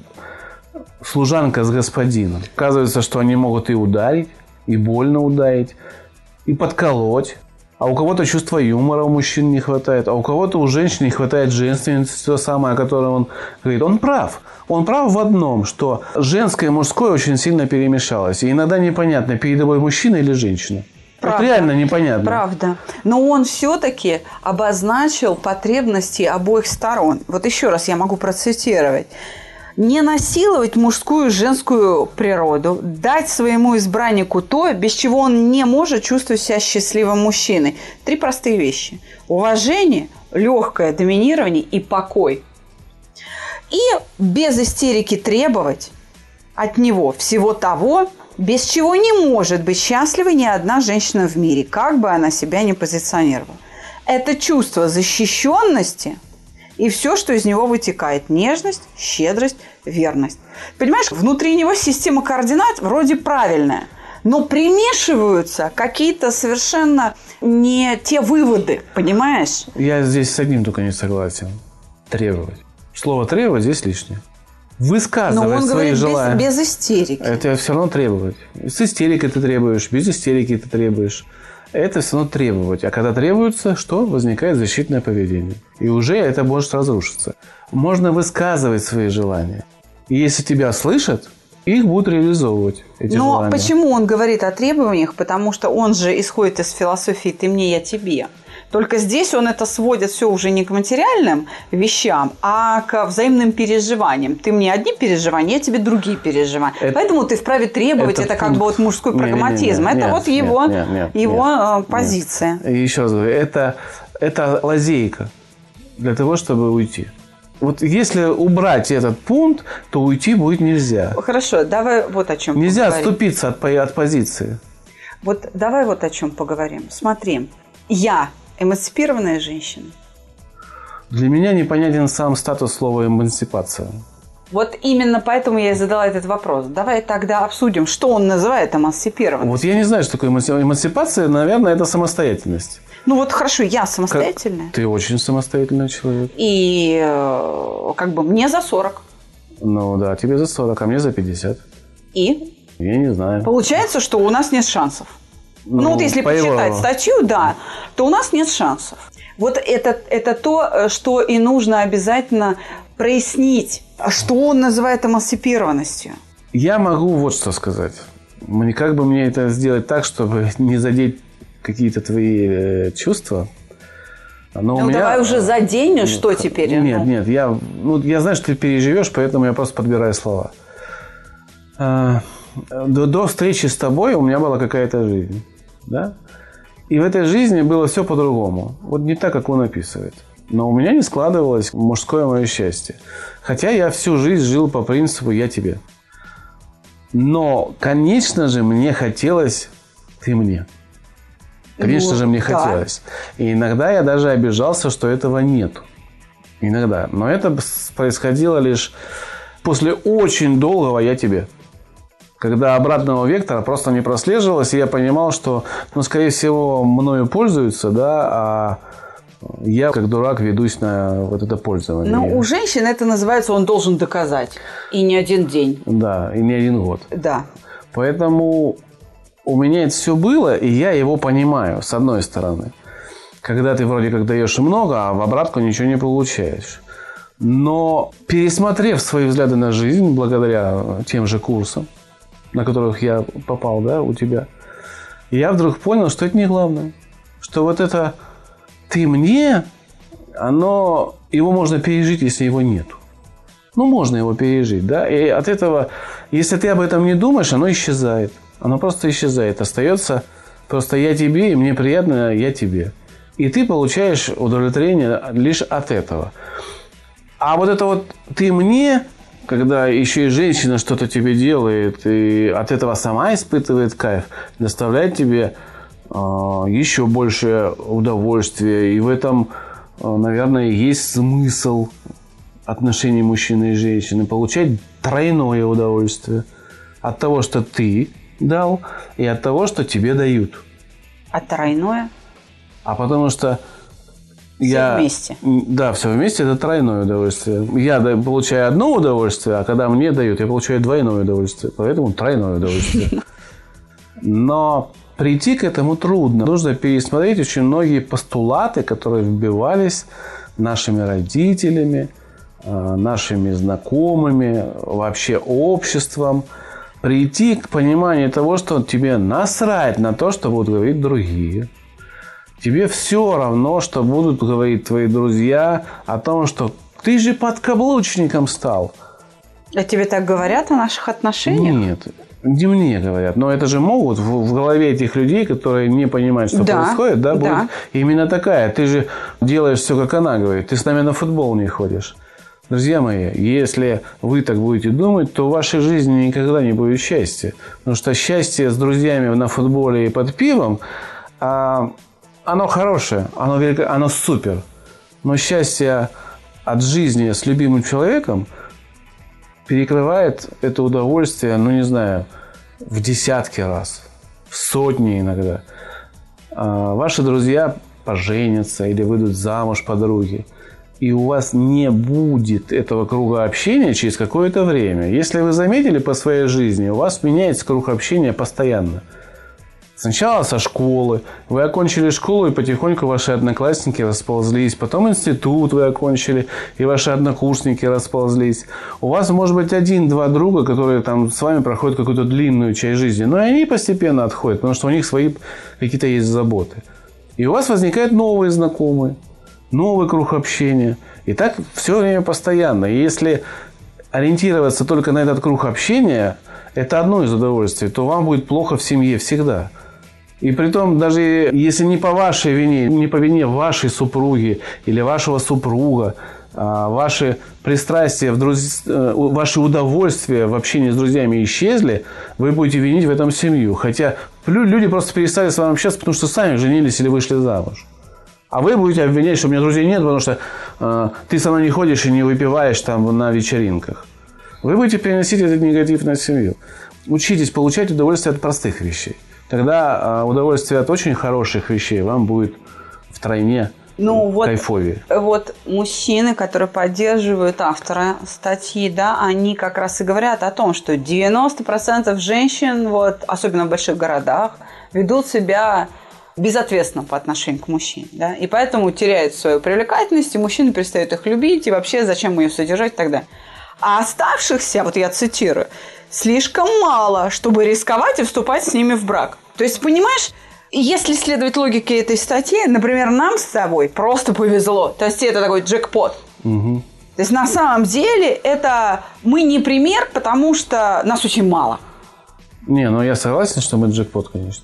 служанка с господином. Оказывается, что они могут и ударить, и больно ударить, и подколоть. А у кого-то чувства юмора у мужчин не хватает, а у кого-то у женщин не хватает женственности, то самое, о котором он говорит. Он прав. Он прав в одном, что женское и мужское очень сильно перемешалось. И иногда непонятно, перед тобой мужчина или женщина. Правда. Вот реально непонятно. Правда. Но он все-таки обозначил потребности обоих сторон. Вот еще раз я могу процитировать. Не насиловать мужскую и женскую природу, дать своему избраннику то, без чего он не может чувствовать себя счастливым мужчиной. 3 простые вещи. Уважение, легкое доминирование и покой. И без истерики требовать от него всего того, без чего не может быть счастливой ни одна женщина в мире, как бы она себя ни позиционировала. Это чувство защищенности и все, что из него вытекает. Нежность, щедрость, верность. Понимаешь, внутри него система координат вроде правильная, но примешиваются какие-то совершенно не те выводы, понимаешь? Я здесь с одним только не согласен. Требовать. Слово «требовать» здесь лишнее. Высказывать свои желания. Без истерики. Это все равно требовать. С истерикой ты требуешь, без истерики ты требуешь. это все равно требовать. А когда требуется, что? Возникает защитное поведение. И уже это может разрушиться. Можно высказывать свои желания. И если тебя слышат, их будут реализовывать, эти желания. Но почему он говорит о требованиях? Потому что он же исходит из философии «ты мне, я тебе». Только здесь он это сводит все уже не к материальным вещам, а к взаимным переживаниям. Ты мне одни переживания, я тебе другие переживания. Поэтому ты вправе требовать, это как бы вот мужской прагматизм. Это вот его позиция. Еще раз говорю, это лазейка для того, чтобы уйти. Вот если убрать этот пункт, то уйти будет нельзя. Хорошо, давай вот о чем нельзя поговорим. отступиться от позиции. Вот давай вот о чем поговорим. Смотри, я эмансипированная женщина. Для меня непонятен сам статус слова «эмансипация». Вот именно поэтому я и задала этот вопрос. Давай тогда обсудим, что он называет эмансипированностью. Вот я не знаю, что такое эмансипация. Наверное, это самостоятельность. Ну вот хорошо, я самостоятельная. Ты очень самостоятельный человек. И как бы мне за 40. Ну да, тебе за 40, а мне за 50. И? Я не знаю. Получается, что у нас нет шансов. Ну вот если почитать статью, да, то у нас нет шансов. Вот это то, что и нужно обязательно прояснить. Что он называет эмансипированностью? Я могу вот что сказать. Как бы мне это сделать так, чтобы не задеть какие-то твои чувства? Но у меня... давай уже задень, что теперь? Нет, я знаю, что ты переживешь, поэтому я просто подбираю слова. До встречи с тобой у меня была какая-то жизнь. Да? И в этой жизни было все по-другому. Вот не так, как он описывает. Но у меня не складывалось мужское мое счастье. Хотя я всю жизнь жил по принципу «я тебе». Но, конечно же, мне хотелось «ты мне». Конечно же, мне хотелось. И иногда я даже обижался, что этого нет. Иногда. Но это происходило лишь после очень долгого «я тебе». Когда обратного вектора просто не прослеживалось, и я понимал, что, скорее всего, мною пользуются, да, а я, как дурак, ведусь на вот это пользование. Но у женщин это называется «он должен доказать». И не один день. Да, и не один год. Да. Поэтому у меня это все было, и я его понимаю, с одной стороны. Когда ты вроде как даешь много, а в обратку ничего не получаешь. Но пересмотрев свои взгляды на жизнь, благодаря тем же курсам, на которых я попал, да, у тебя, я вдруг понял, что это не главное. Что вот это «ты мне», его можно пережить, если его нет. Можно его пережить, да. И от этого, если ты об этом не думаешь, оно исчезает. Оно просто исчезает. Остается просто «я тебе», и мне приятно «я тебе». И ты получаешь удовлетворение лишь от этого. А вот это вот «ты мне», когда еще и женщина что-то тебе делает, и от этого сама испытывает кайф, доставляет тебе еще больше удовольствия. И в этом, наверное, есть смысл отношений мужчины и женщины. Получать тройное удовольствие от того, что ты дал, и от того, что тебе дают. А тройное? А потому что все вместе. Да, все вместе – это тройное удовольствие. Я получаю одно удовольствие, а когда мне дают, я получаю двойное удовольствие. Поэтому тройное удовольствие. Но прийти к этому трудно. Нужно пересмотреть очень многие постулаты, которые вбивались нашими родителями, нашими знакомыми, вообще обществом. Прийти к пониманию того, что тебе насрать на то, что будут говорить другие. Тебе все равно, что будут говорить твои друзья о том, что ты же подкаблучником стал. А тебе так говорят о наших отношениях? Нет, не мне говорят. Но это же могут в голове этих людей, которые не понимают, что происходит, да, будет именно такая. Ты же делаешь все, как она говорит. Ты с нами на футбол не ходишь. Друзья мои, если вы так будете думать, то в вашей жизни никогда не будет счастья. Потому что счастье с друзьями на футболе и под пивом, оно хорошее, оно супер. Но счастье от жизни с любимым человеком перекрывает это удовольствие, не знаю, в десятки раз, в сотни иногда. Ваши друзья поженятся или выйдут замуж подруги. И у вас не будет этого круга общения через какое-то время. Если вы заметили по своей жизни, у вас меняется круг общения постоянно. Сначала со школы. Вы окончили школу, и потихоньку ваши одноклассники расползлись. Потом институт вы окончили, и ваши однокурсники расползлись. У вас может быть 1-2 друга, которые там с вами проходят какую-то длинную часть жизни. Но и они постепенно отходят, потому что у них свои какие-то есть заботы. И у вас возникают новые знакомые, новый круг общения. И так все время постоянно. И если ориентироваться только на этот круг общения, это одно из удовольствий, то вам будет плохо в семье всегда. И притом, даже если не по вашей вине, не по вине вашей супруги или вашего супруга, ваши пристрастия, ваши удовольствия в общении с друзьями исчезли, вы будете винить в этом семью. Хотя люди просто перестали с вами общаться, потому что сами женились или вышли замуж. А вы будете обвинять, что у меня друзей нет, потому что ты со мной не ходишь и не выпиваешь там на вечеринках. Вы будете переносить этот негатив на семью. Учитесь получать удовольствие от простых вещей. Тогда удовольствие от очень хороших вещей вам будет втройне кайфовее. Вот мужчины, которые поддерживают автора статьи, да, они как раз и говорят о том, что 90% женщин, особенно в больших городах, ведут себя безответственно по отношению к мужчине. Да, и поэтому теряют свою привлекательность, и мужчины перестают их любить, и вообще зачем ее содержать и так далее. А оставшихся, я цитирую, слишком мало, чтобы рисковать и вступать с ними в брак. То есть, понимаешь, если следовать логике этой статьи, например, нам с тобой просто повезло. То есть, это такой джекпот. Угу. То есть, на самом деле, это мы не пример, потому что нас очень мало. Не, я согласен, что мы джекпот, конечно.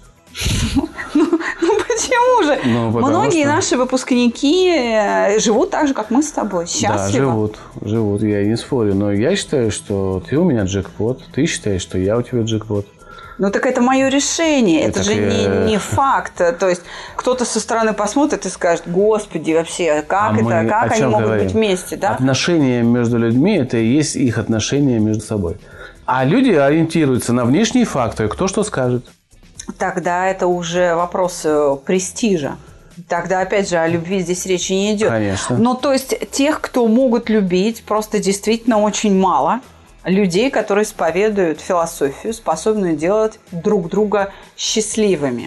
Почему же? Многие наши выпускники живут так же, как мы с тобой. Счастливо. Да, живут. Я и не спорю. Но я считаю, что ты у меня джекпот. Ты считаешь, что я у тебя джекпот. Так это мое решение. Это же не факт. То есть кто-то со стороны посмотрит и скажет: Господи, вообще, как они могут быть вместе? Да? Отношения между людьми – это и есть их отношения между собой. А люди ориентируются на внешние факторы. Кто что скажет. Тогда это уже вопрос престижа. Тогда, опять же, о любви здесь речи не идет. Конечно. То есть, тех, кто могут любить, просто действительно очень мало. Людей, которые исповедуют философию, способную делать друг друга счастливыми.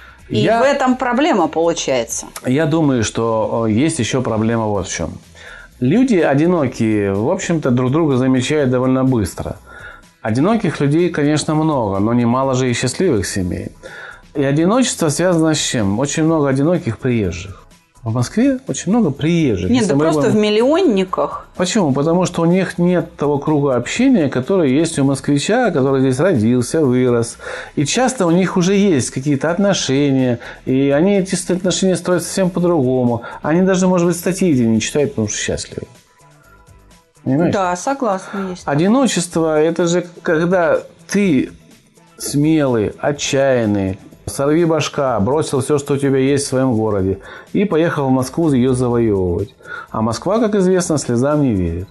И в этом проблема получается. Я думаю, что есть еще проблема вот в чем. Люди одинокие, в общем-то, друг друга замечают довольно быстро. Одиноких людей, конечно, много, но немало же и счастливых семей. И одиночество связано с чем? Очень много одиноких приезжих. В Москве очень много приезжих. Нет, да просто в миллионниках. Почему? Потому что у них нет того круга общения, который есть у москвича, который здесь родился, вырос. И часто у них уже есть какие-то отношения, и они эти отношения строят совсем по-другому. Они даже, может быть, статьи не читают, потому что счастливы. Понимаешь? Да, согласна. Есть. Одиночество – это же когда ты смелый, отчаянный, сорви башка, бросил все, что у тебя есть в своем городе, и поехал в Москву ее завоевывать. А Москва, как известно, слезам не верит.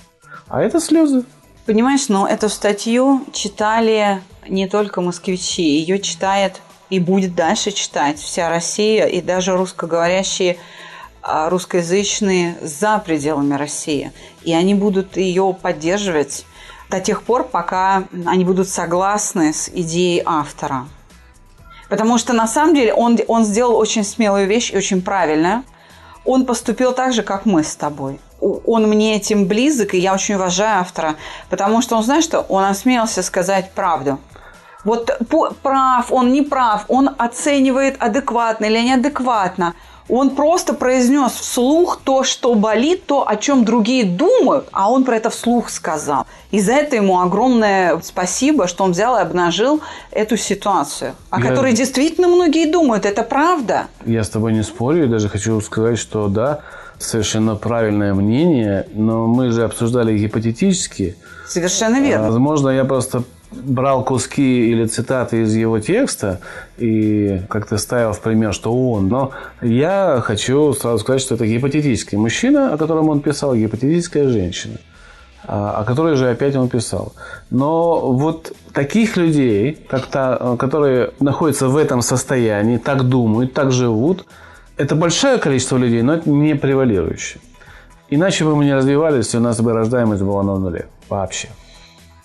А это слезы. Понимаешь, эту статью читали не только москвичи. Ее читает и будет дальше читать вся Россия, и даже русскоговорящие, русскоязычные за пределами России. И они будут ее поддерживать до тех пор, пока они будут согласны с идеей автора. Потому что, на самом деле, он сделал очень смелую вещь и очень правильно. Он поступил так же, как мы с тобой. Он мне этим близок, и я очень уважаю автора, потому что он, знаешь что, он осмелился сказать правду. Прав, он не прав, он оценивает адекватно или неадекватно. Он просто произнес вслух то, что болит, то, о чем другие думают, а он про это вслух сказал. И за это ему огромное спасибо, что он взял и обнажил эту ситуацию, о которой действительно многие думают. Это правда. Я с тобой не спорю, я даже хочу сказать, что да, совершенно правильное мнение, но мы же обсуждали гипотетически. Совершенно верно. Возможно, я просто брал куски или цитаты из его текста и как-то ставил в пример, что он. Но я хочу сразу сказать, что это гипотетический мужчина, о котором он писал, гипотетическая женщина, о которой же опять он писал. Но таких людей, которые находятся в этом состоянии, так думают, так живут, это большое количество людей, но это не превалирующее. Иначе бы мы не развивались, и у нас бы рождаемость была на нуле. Вообще.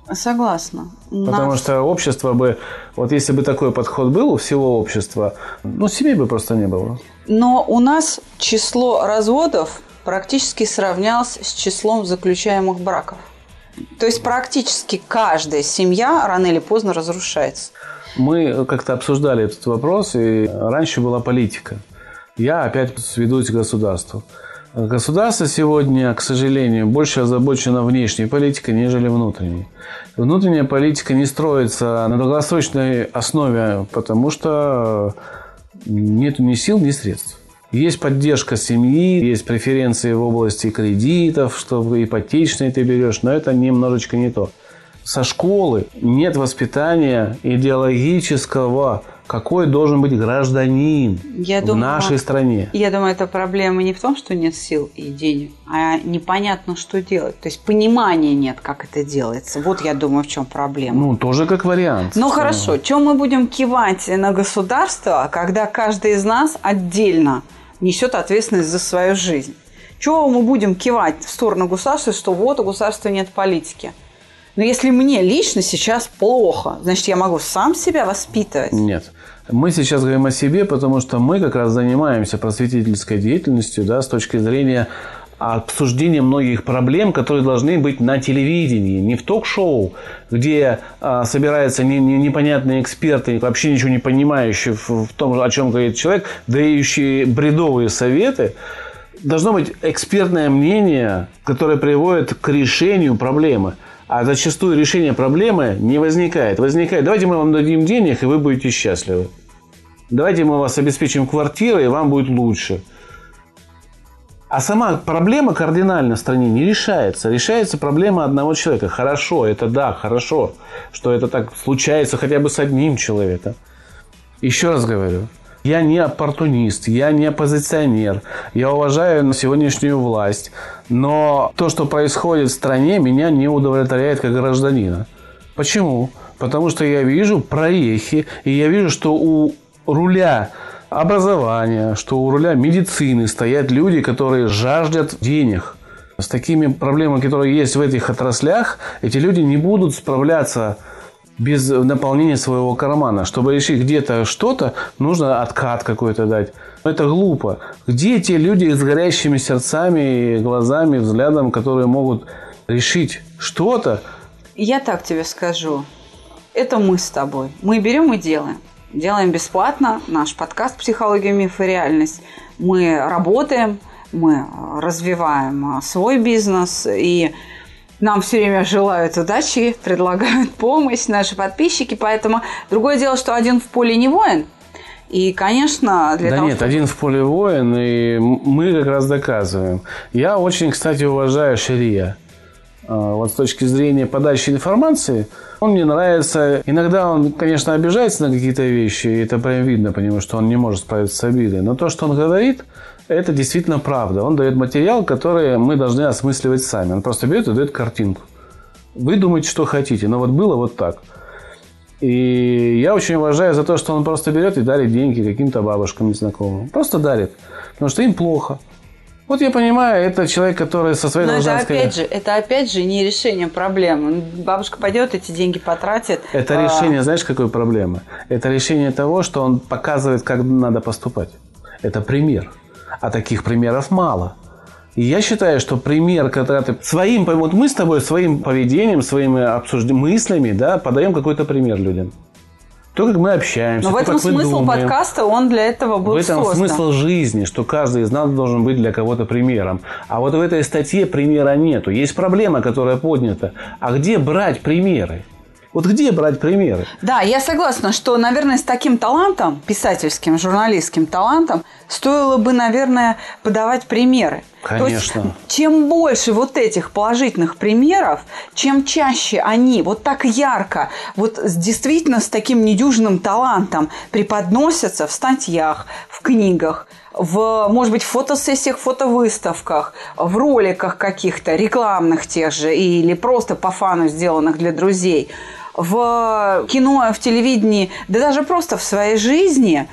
Согласна. Потому что общество бы, вот если бы такой подход был у всего общества, семей бы просто не было. Но у нас число разводов практически сравнялось с числом заключаемых браков. То есть практически каждая семья рано или поздно разрушается. Мы как-то обсуждали этот вопрос, и раньше была политика. Я опять сведусь к государству. Государство сегодня, к сожалению, больше озабочено внешней политикой, нежели внутренней. Внутренняя политика не строится на долгосрочной основе, потому что нет ни сил, ни средств. Есть поддержка семьи, есть преференции в области кредитов, что ипотечные ты берешь, но это немножечко не то. Со школы нет воспитания идеологического, какой должен быть гражданин в нашей стране. Я думаю, это проблема не в том, что нет сил и денег, а непонятно, что делать. То есть понимания нет, как это делается. Вот я думаю, в чем проблема. Тоже как вариант. Хорошо, чем мы будем кивать на государство, когда каждый из нас отдельно несет ответственность за свою жизнь? Чего мы будем кивать в сторону государства, что вот у государства нет политики? Но если мне лично сейчас плохо, значит, я могу сам себя воспитывать? Нет. Мы сейчас говорим о себе, потому что мы как раз занимаемся просветительской деятельностью, с точки зрения обсуждения многих проблем, которые должны быть на телевидении, не в ток-шоу, где собираются непонятные эксперты, вообще ничего не понимающие в том, о чем говорит человек, дающие бредовые советы. Должно быть экспертное мнение, которое приводит к решению проблемы. А зачастую решение проблемы не возникает. Давайте мы вам дадим денег, и вы будете счастливы. Давайте мы вас обеспечим квартирой, и вам будет лучше. А сама проблема кардинально в стране не решается. Решается проблема одного человека. Хорошо, хорошо, что это так случается хотя бы с одним человеком. Еще раз говорю. Я не оппортунист, я не оппозиционер, я уважаю сегодняшнюю власть, но то, что происходит в стране, меня не удовлетворяет как гражданина. Почему? Потому что я вижу прорехи, и я вижу, что у руля образования, что у руля медицины стоят люди, которые жаждут денег. С такими проблемами, которые есть в этих отраслях, эти люди не будут справляться без наполнения своего кармана. Чтобы решить где-то что-то, нужно откат какой-то дать. Это глупо. Где те люди с горящими сердцами, глазами, взглядом, которые могут решить что-то? Я так тебе скажу. Это мы с тобой. Мы берем и делаем. Делаем бесплатно наш подкаст «Психология, миф и реальность». Мы работаем, мы развиваем свой бизнес, и нам все время желают удачи, предлагают помощь наши подписчики. Поэтому другое дело, что один в поле не воин. И, конечно, для того, нет, один в поле воин, и мы как раз доказываем. Я очень, кстати, уважаю шария. Вот с точки зрения подачи информации, он мне нравится. Иногда он, конечно, обижается на какие-то вещи, и это прям видно по нему, что он не может справиться с обидой. Но то, что он говорит, это действительно правда. Он дает материал, который мы должны осмысливать сами. Он просто берет и дает картинку. Вы думаете, что хотите, но вот было вот так. И я очень уважаю за то, что он просто берет и дарит деньги каким-то бабушкам незнакомым. Просто дарит, потому что им плохо. Вот я понимаю, это человек, который со своей должностной... это опять же не решение проблемы. Бабушка пойдет, эти деньги потратит. Это решение, знаешь, какой проблемы? Это решение того, что он показывает, как надо поступать. Это пример. А таких примеров мало. И я считаю, что пример, когда ты своим... Вот мы с тобой своим поведением, своими мыслями, подаем какой-то пример людям. То, как мы общаемся, но то, в этом как мы смысл думаем. Подкаста, он для этого был создан. В этом смысл жизни, что каждый из нас должен быть для кого-то примером. А вот в этой статье примера нету. Есть проблема, которая поднята. А где брать примеры? Вот где брать примеры? Да, я согласна, что, наверное, с таким талантом, писательским, журналистским талантом, стоило бы, наверное, подавать примеры. Конечно. То есть, чем больше вот этих положительных примеров, чем чаще они вот так ярко, вот действительно с таким недюжинным талантом преподносятся в статьях, в книгах, в, может быть, фотосессиях, фотовыставках, в роликах каких-то рекламных тех же или просто по фану сделанных для друзей, в кино, в телевидении, да даже просто в своей жизни,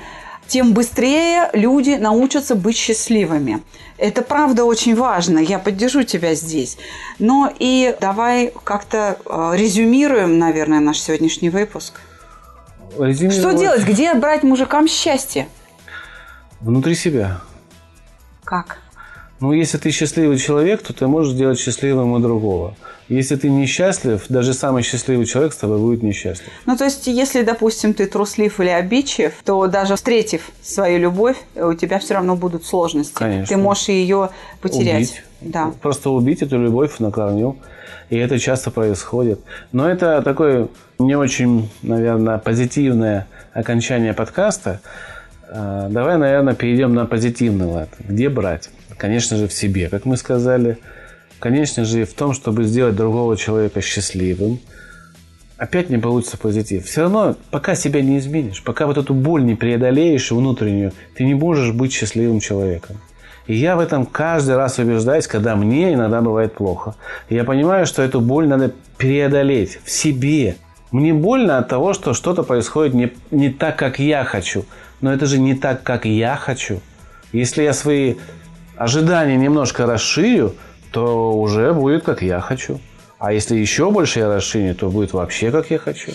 тем быстрее люди научатся быть счастливыми. Это правда очень важно, я поддержу тебя здесь. Но и давай как-то резюмируем, наверное, наш сегодняшний выпуск. Что делать? Где брать мужикам счастье? Внутри себя. Как? Ну, если ты счастливый человек, то ты можешь сделать счастливым и другого. Если ты несчастлив, даже самый счастливый человек с тобой будет несчастлив. Ну, то есть, если, допустим, ты труслив или обидчив, то даже встретив свою любовь, у тебя все равно будут сложности. Конечно. Ты можешь ее потерять. Убить. Да. Просто убить эту любовь на корню. И это часто происходит. Но это такое не очень, наверное, позитивное окончание подкаста. Давай, наверное, перейдем на позитивный лад. Где брать? Конечно же, в себе, как мы сказали. Конечно же, в том, чтобы сделать другого человека счастливым. Опять не получится позитив. Все равно, пока себя не изменишь, пока вот эту боль не преодолеешь внутреннюю, ты не можешь быть счастливым человеком. И я в этом каждый раз убеждаюсь, когда мне иногда бывает плохо. И я понимаю, что эту боль надо преодолеть в себе. Мне больно от того, что что-то происходит не так, как я хочу. Но это же не так, как я хочу. Если я свои ожидания немножко расширю, то уже будет, как я хочу. А если еще больше я расширю, то будет вообще, как я хочу.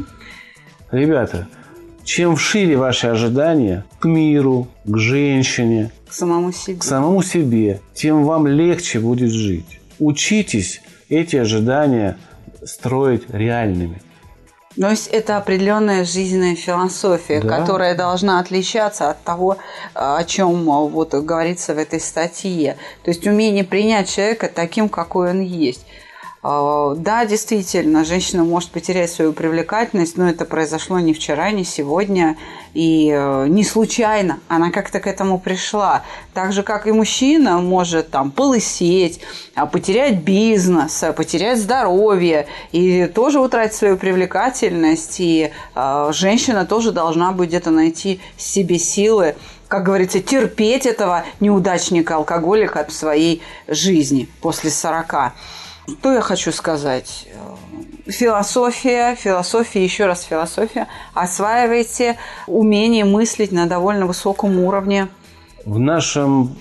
Ребята, чем шире ваши ожидания к миру, к женщине, к самому себе, тем вам легче будет жить. Учитесь эти ожидания строить реальными. То есть это определенная жизненная философия, да, которая должна отличаться от того, о чем вот говорится в этой статье. То есть умение принять человека таким, какой он есть. Да, действительно, женщина может потерять свою привлекательность, но это произошло не вчера, не сегодня, и не случайно. Она как-то к этому пришла. Так же, как и мужчина может там полысеть, потерять бизнес, потерять здоровье, и тоже утратить свою привлекательность. И женщина тоже должна будет где-то найти в себе силы, как говорится, терпеть этого неудачника-алкоголика в своей жизни после 40. Что я хочу сказать? Философия, еще раз философия. Осваивайте умение мыслить на довольно высоком уровне. В нашем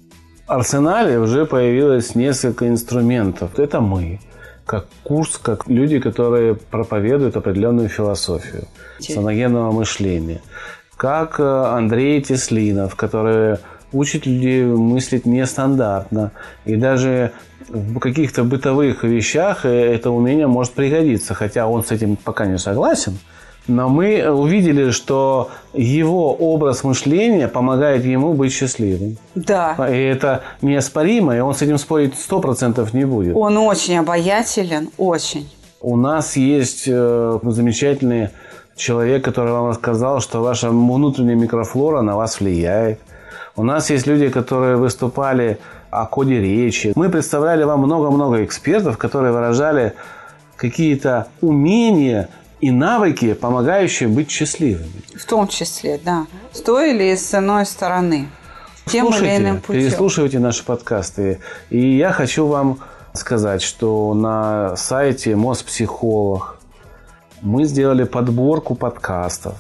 арсенале уже появилось несколько инструментов. Это мы, как курс, как люди, которые проповедуют определенную философию саногенного мышления. Как Андрей Теслинов, который учит людей мыслить нестандартно. И даже в каких-то бытовых вещах это умение может пригодиться. Хотя он с этим пока не согласен. Но мы увидели, что его образ мышления помогает ему быть счастливым. Да. И это неоспоримо, и он с этим спорить 100% не будет. Он очень обаятелен, очень. У нас есть замечательный человек, который вам рассказал, что ваша внутренняя микрофлора на вас влияет. У нас есть люди, которые выступали о коде речи. Мы представляли вам много-много экспертов, которые выражали какие-то умения и навыки, помогающие быть счастливыми. В том числе, да. С той или с иной стороны. Тем или иным путем. Переслушивайте наши подкасты. И я хочу вам сказать, что на сайте Моспсихолог мы сделали подборку подкастов.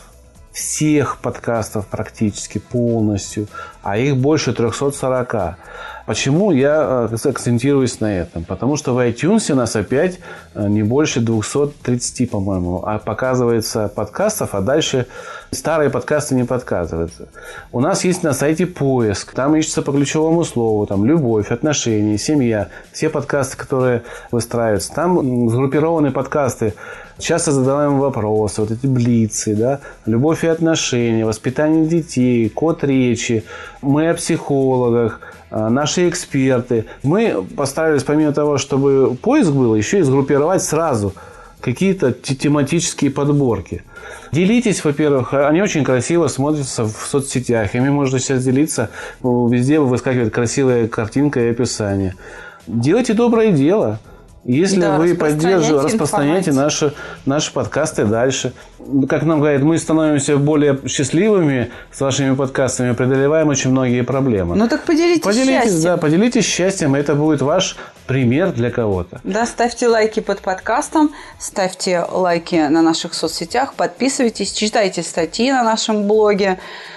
Всех подкастов практически полностью, а их больше 340. Почему я акцентируюсь на этом? Потому что в iTunes у нас опять не больше 230, по-моему, показывается подкастов, а дальше старые подкасты не показываются. У нас есть на сайте поиск, там ищется по ключевому слову, там любовь, отношения, семья, все подкасты, которые выстраиваются. Там сгруппированы подкасты, часто задаваем вопросы, вот эти блицы, да, любовь и отношения, воспитание детей, код речи, мы о психологах, наши эксперты. Мы постарались, помимо того, чтобы поиск был, еще и сгруппировать сразу какие-то тематические подборки. Делитесь, во-первых, они очень красиво смотрятся в соцсетях, ими можно сейчас делиться, везде выскакивает красивая картинка и описание. Делайте доброе дело. Если вы поддерживаете, распространяйте наши подкасты дальше. Как нам говорят, мы становимся более счастливыми с вашими подкастами, преодолеваем очень многие проблемы. Ну так поделитесь счастьем. Да, поделитесь счастьем, это будет ваш пример для кого-то. Да, ставьте лайки под подкастом, ставьте лайки на наших соцсетях, подписывайтесь, читайте статьи на нашем блоге.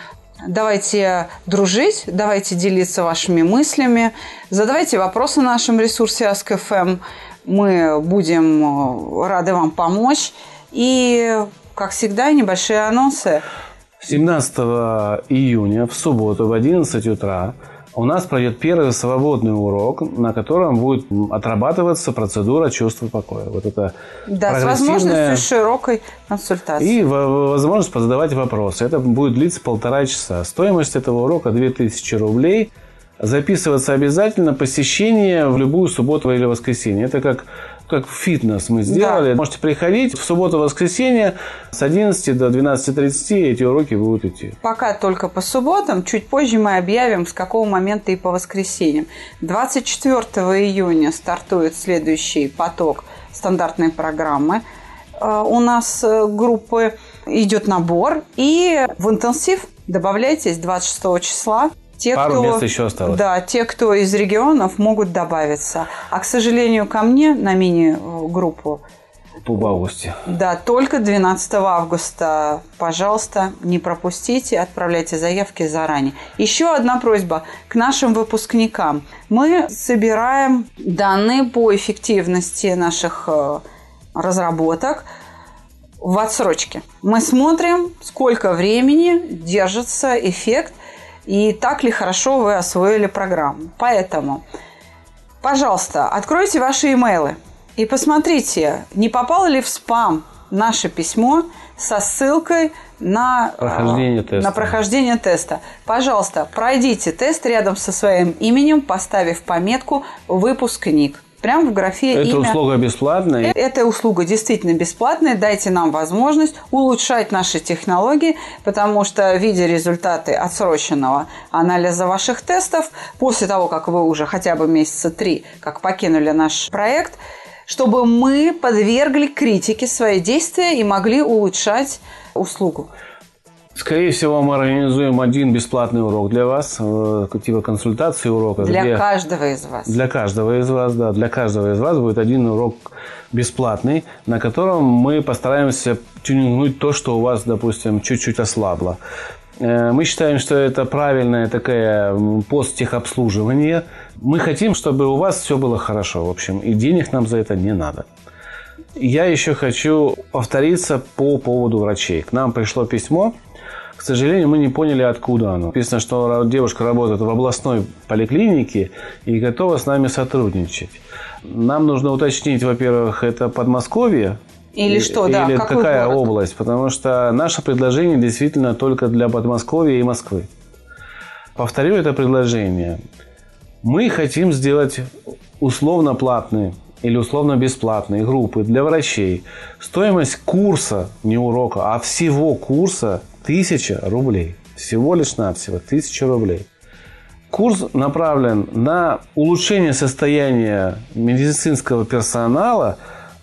Давайте дружить, давайте делиться вашими мыслями, задавайте вопросы на нашем ресурсе Ask.fm. Мы будем рады вам помочь. И, как всегда, небольшие анонсы. 17 июня в субботу в 11 утра у нас пройдет первый свободный урок, на котором будет отрабатываться процедура чувства покоя. Вот это с возможностью широкой консультации. И возможность позадавать вопросы. Это будет длиться 1,5 часа. Стоимость этого урока 2000 рублей. Записываться обязательно, посещение в любую субботу или воскресенье. Это как фитнес мы сделали. Да. Можете приходить в субботу-воскресенье с 11 до 12:30 эти уроки будут идти. Пока только по субботам. Чуть позже мы объявим, с какого момента и по воскресеньям. 24 июня стартует следующий поток стандартной программы. У нас группы идет набор. И в интенсив добавляйтесь 26 числа. Пару мест еще осталось. Да, те, кто из регионов, могут добавиться. А, к сожалению, ко мне на мини-группу в августе. Да, только 12 августа. Пожалуйста, не пропустите, отправляйте заявки заранее. Еще одна просьба к нашим выпускникам. Мы собираем данные по эффективности наших разработок в отсрочке. Мы смотрим, сколько времени держится эффект и так ли хорошо вы освоили программу. Поэтому, пожалуйста, откройте ваши имейлы и посмотрите, не попало ли в спам наше письмо со ссылкой на прохождение теста. Пожалуйста, пройдите тест рядом со своим именем, поставив пометку «Выпускник». Прямо в графе «Эта имя». услуга бесплатная. Эта услуга действительно бесплатная. Дайте нам возможность улучшать наши технологии, потому что, видя результаты отсроченного анализа ваших тестов, после того, как вы уже хотя бы месяца 3, как покинули наш проект, чтобы мы подвергли критике свои действия и могли улучшать услугу. Скорее всего, мы организуем один бесплатный урок для вас, типа консультации урока. Для каждого из вас. Для каждого из вас, да. Для каждого из вас будет один урок бесплатный, на котором мы постараемся тюнингнуть то, что у вас, допустим, чуть-чуть ослабло. Мы считаем, что это правильное такое посттехобслуживание. Мы хотим, чтобы у вас все было хорошо, в общем, и денег нам за это не надо. Я еще хочу повториться по поводу врачей. К нам пришло письмо. К сожалению, мы не поняли, откуда оно. Написано, что девушка работает в областной поликлинике и готова с нами сотрудничать. Нам нужно уточнить, во-первых, это Подмосковье или что, да, или какая область, потому что наше предложение действительно только для Подмосковья и Москвы. Повторю это предложение. Мы хотим сделать условно платные или условно бесплатные группы для врачей. Стоимость курса, не урока, а всего курса 1000 рублей. Всего лишь навсего 1000 рублей. Курс направлен на улучшение состояния медицинского персонала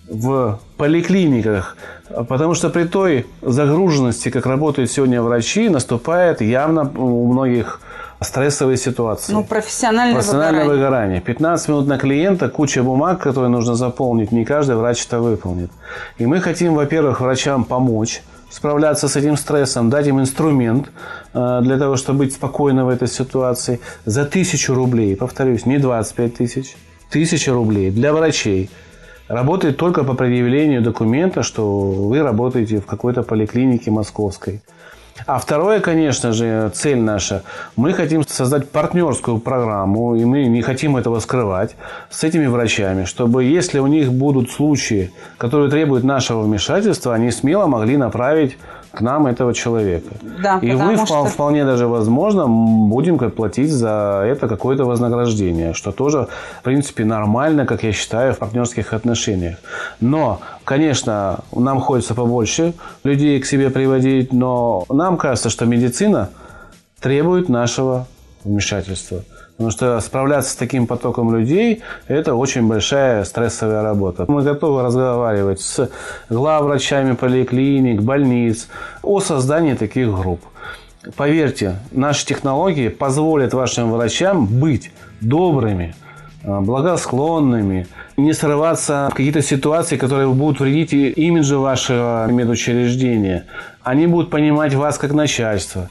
в поликлиниках, потому что при той загруженности, как работают сегодня врачи, наступает явно у многих стрессовые ситуации. Профессиональное выгорание. 15 минут на клиента, куча бумаг, которые нужно заполнить. Не каждый врач это выполнит. И мы хотим, во-первых, врачам помочь справляться с этим стрессом, дать им инструмент для того, чтобы быть спокойно в этой ситуации. За 1000 рублей, повторюсь, не 25 тысяч, 1000 рублей для врачей. Работает только по предъявлению документа, что вы работаете в какой-то поликлинике московской. А второе, конечно же, цель наша. Мы хотим создать партнерскую программу, и мы не хотим этого скрывать, с этими врачами, чтобы если у них будут случаи, которые требуют нашего вмешательства, они смело могли направить к нам этого человека. Да, и мы вполне даже возможно будем платить за это какое-то вознаграждение, что тоже, в принципе, нормально, как я считаю, в партнерских отношениях. Но, конечно, нам хочется побольше людей к себе приводить, но нам кажется, что медицина требует нашего вмешательства. Потому что справляться с таким потоком людей – это очень большая стрессовая работа. Мы готовы разговаривать с главврачами поликлиник, больниц о создании таких групп. Поверьте, наши технологии позволят вашим врачам быть добрыми, благосклонными, не срываться в какие-то ситуации, которые будут вредить имиджу вашего медучреждения. Они будут понимать вас как начальство.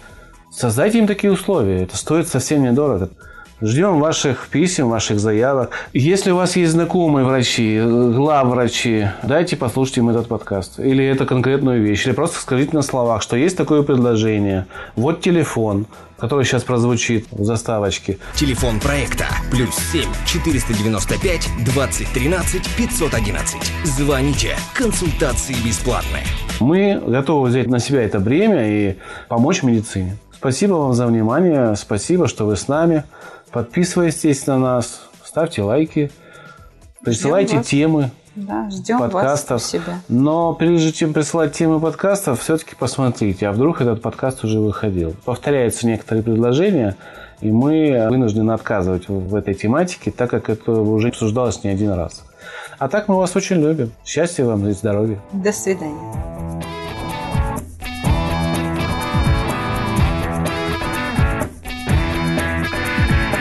Создайте им такие условия. Это стоит совсем недорого. Ждем ваших писем, ваших заявок. Если у вас есть знакомые врачи, главврачи, дайте послушать им этот подкаст. Или эту конкретную вещь. Или просто скажите на словах, что есть такое предложение. Вот телефон, который сейчас прозвучит в заставочке. Телефон проекта +7 495 2013 511. Звоните. Консультации бесплатные. Мы готовы взять на себя это бремя и помочь медицине. Спасибо вам за внимание. Спасибо, что вы с нами. Подписывайтесь на нас, ставьте лайки, присылайте темы подкастов. Вас у себя. Но прежде чем присылать темы подкастов, все-таки посмотрите, а вдруг этот подкаст уже выходил. Повторяются некоторые предложения, и мы вынуждены отказывать в этой тематике, так как это уже обсуждалось не один раз. А так мы вас очень любим. Счастья вам и здоровья. До свидания.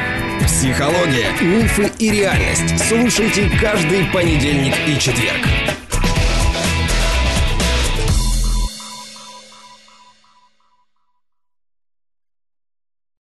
Психология, мифы и реальность. Слушайте каждый понедельник и четверг.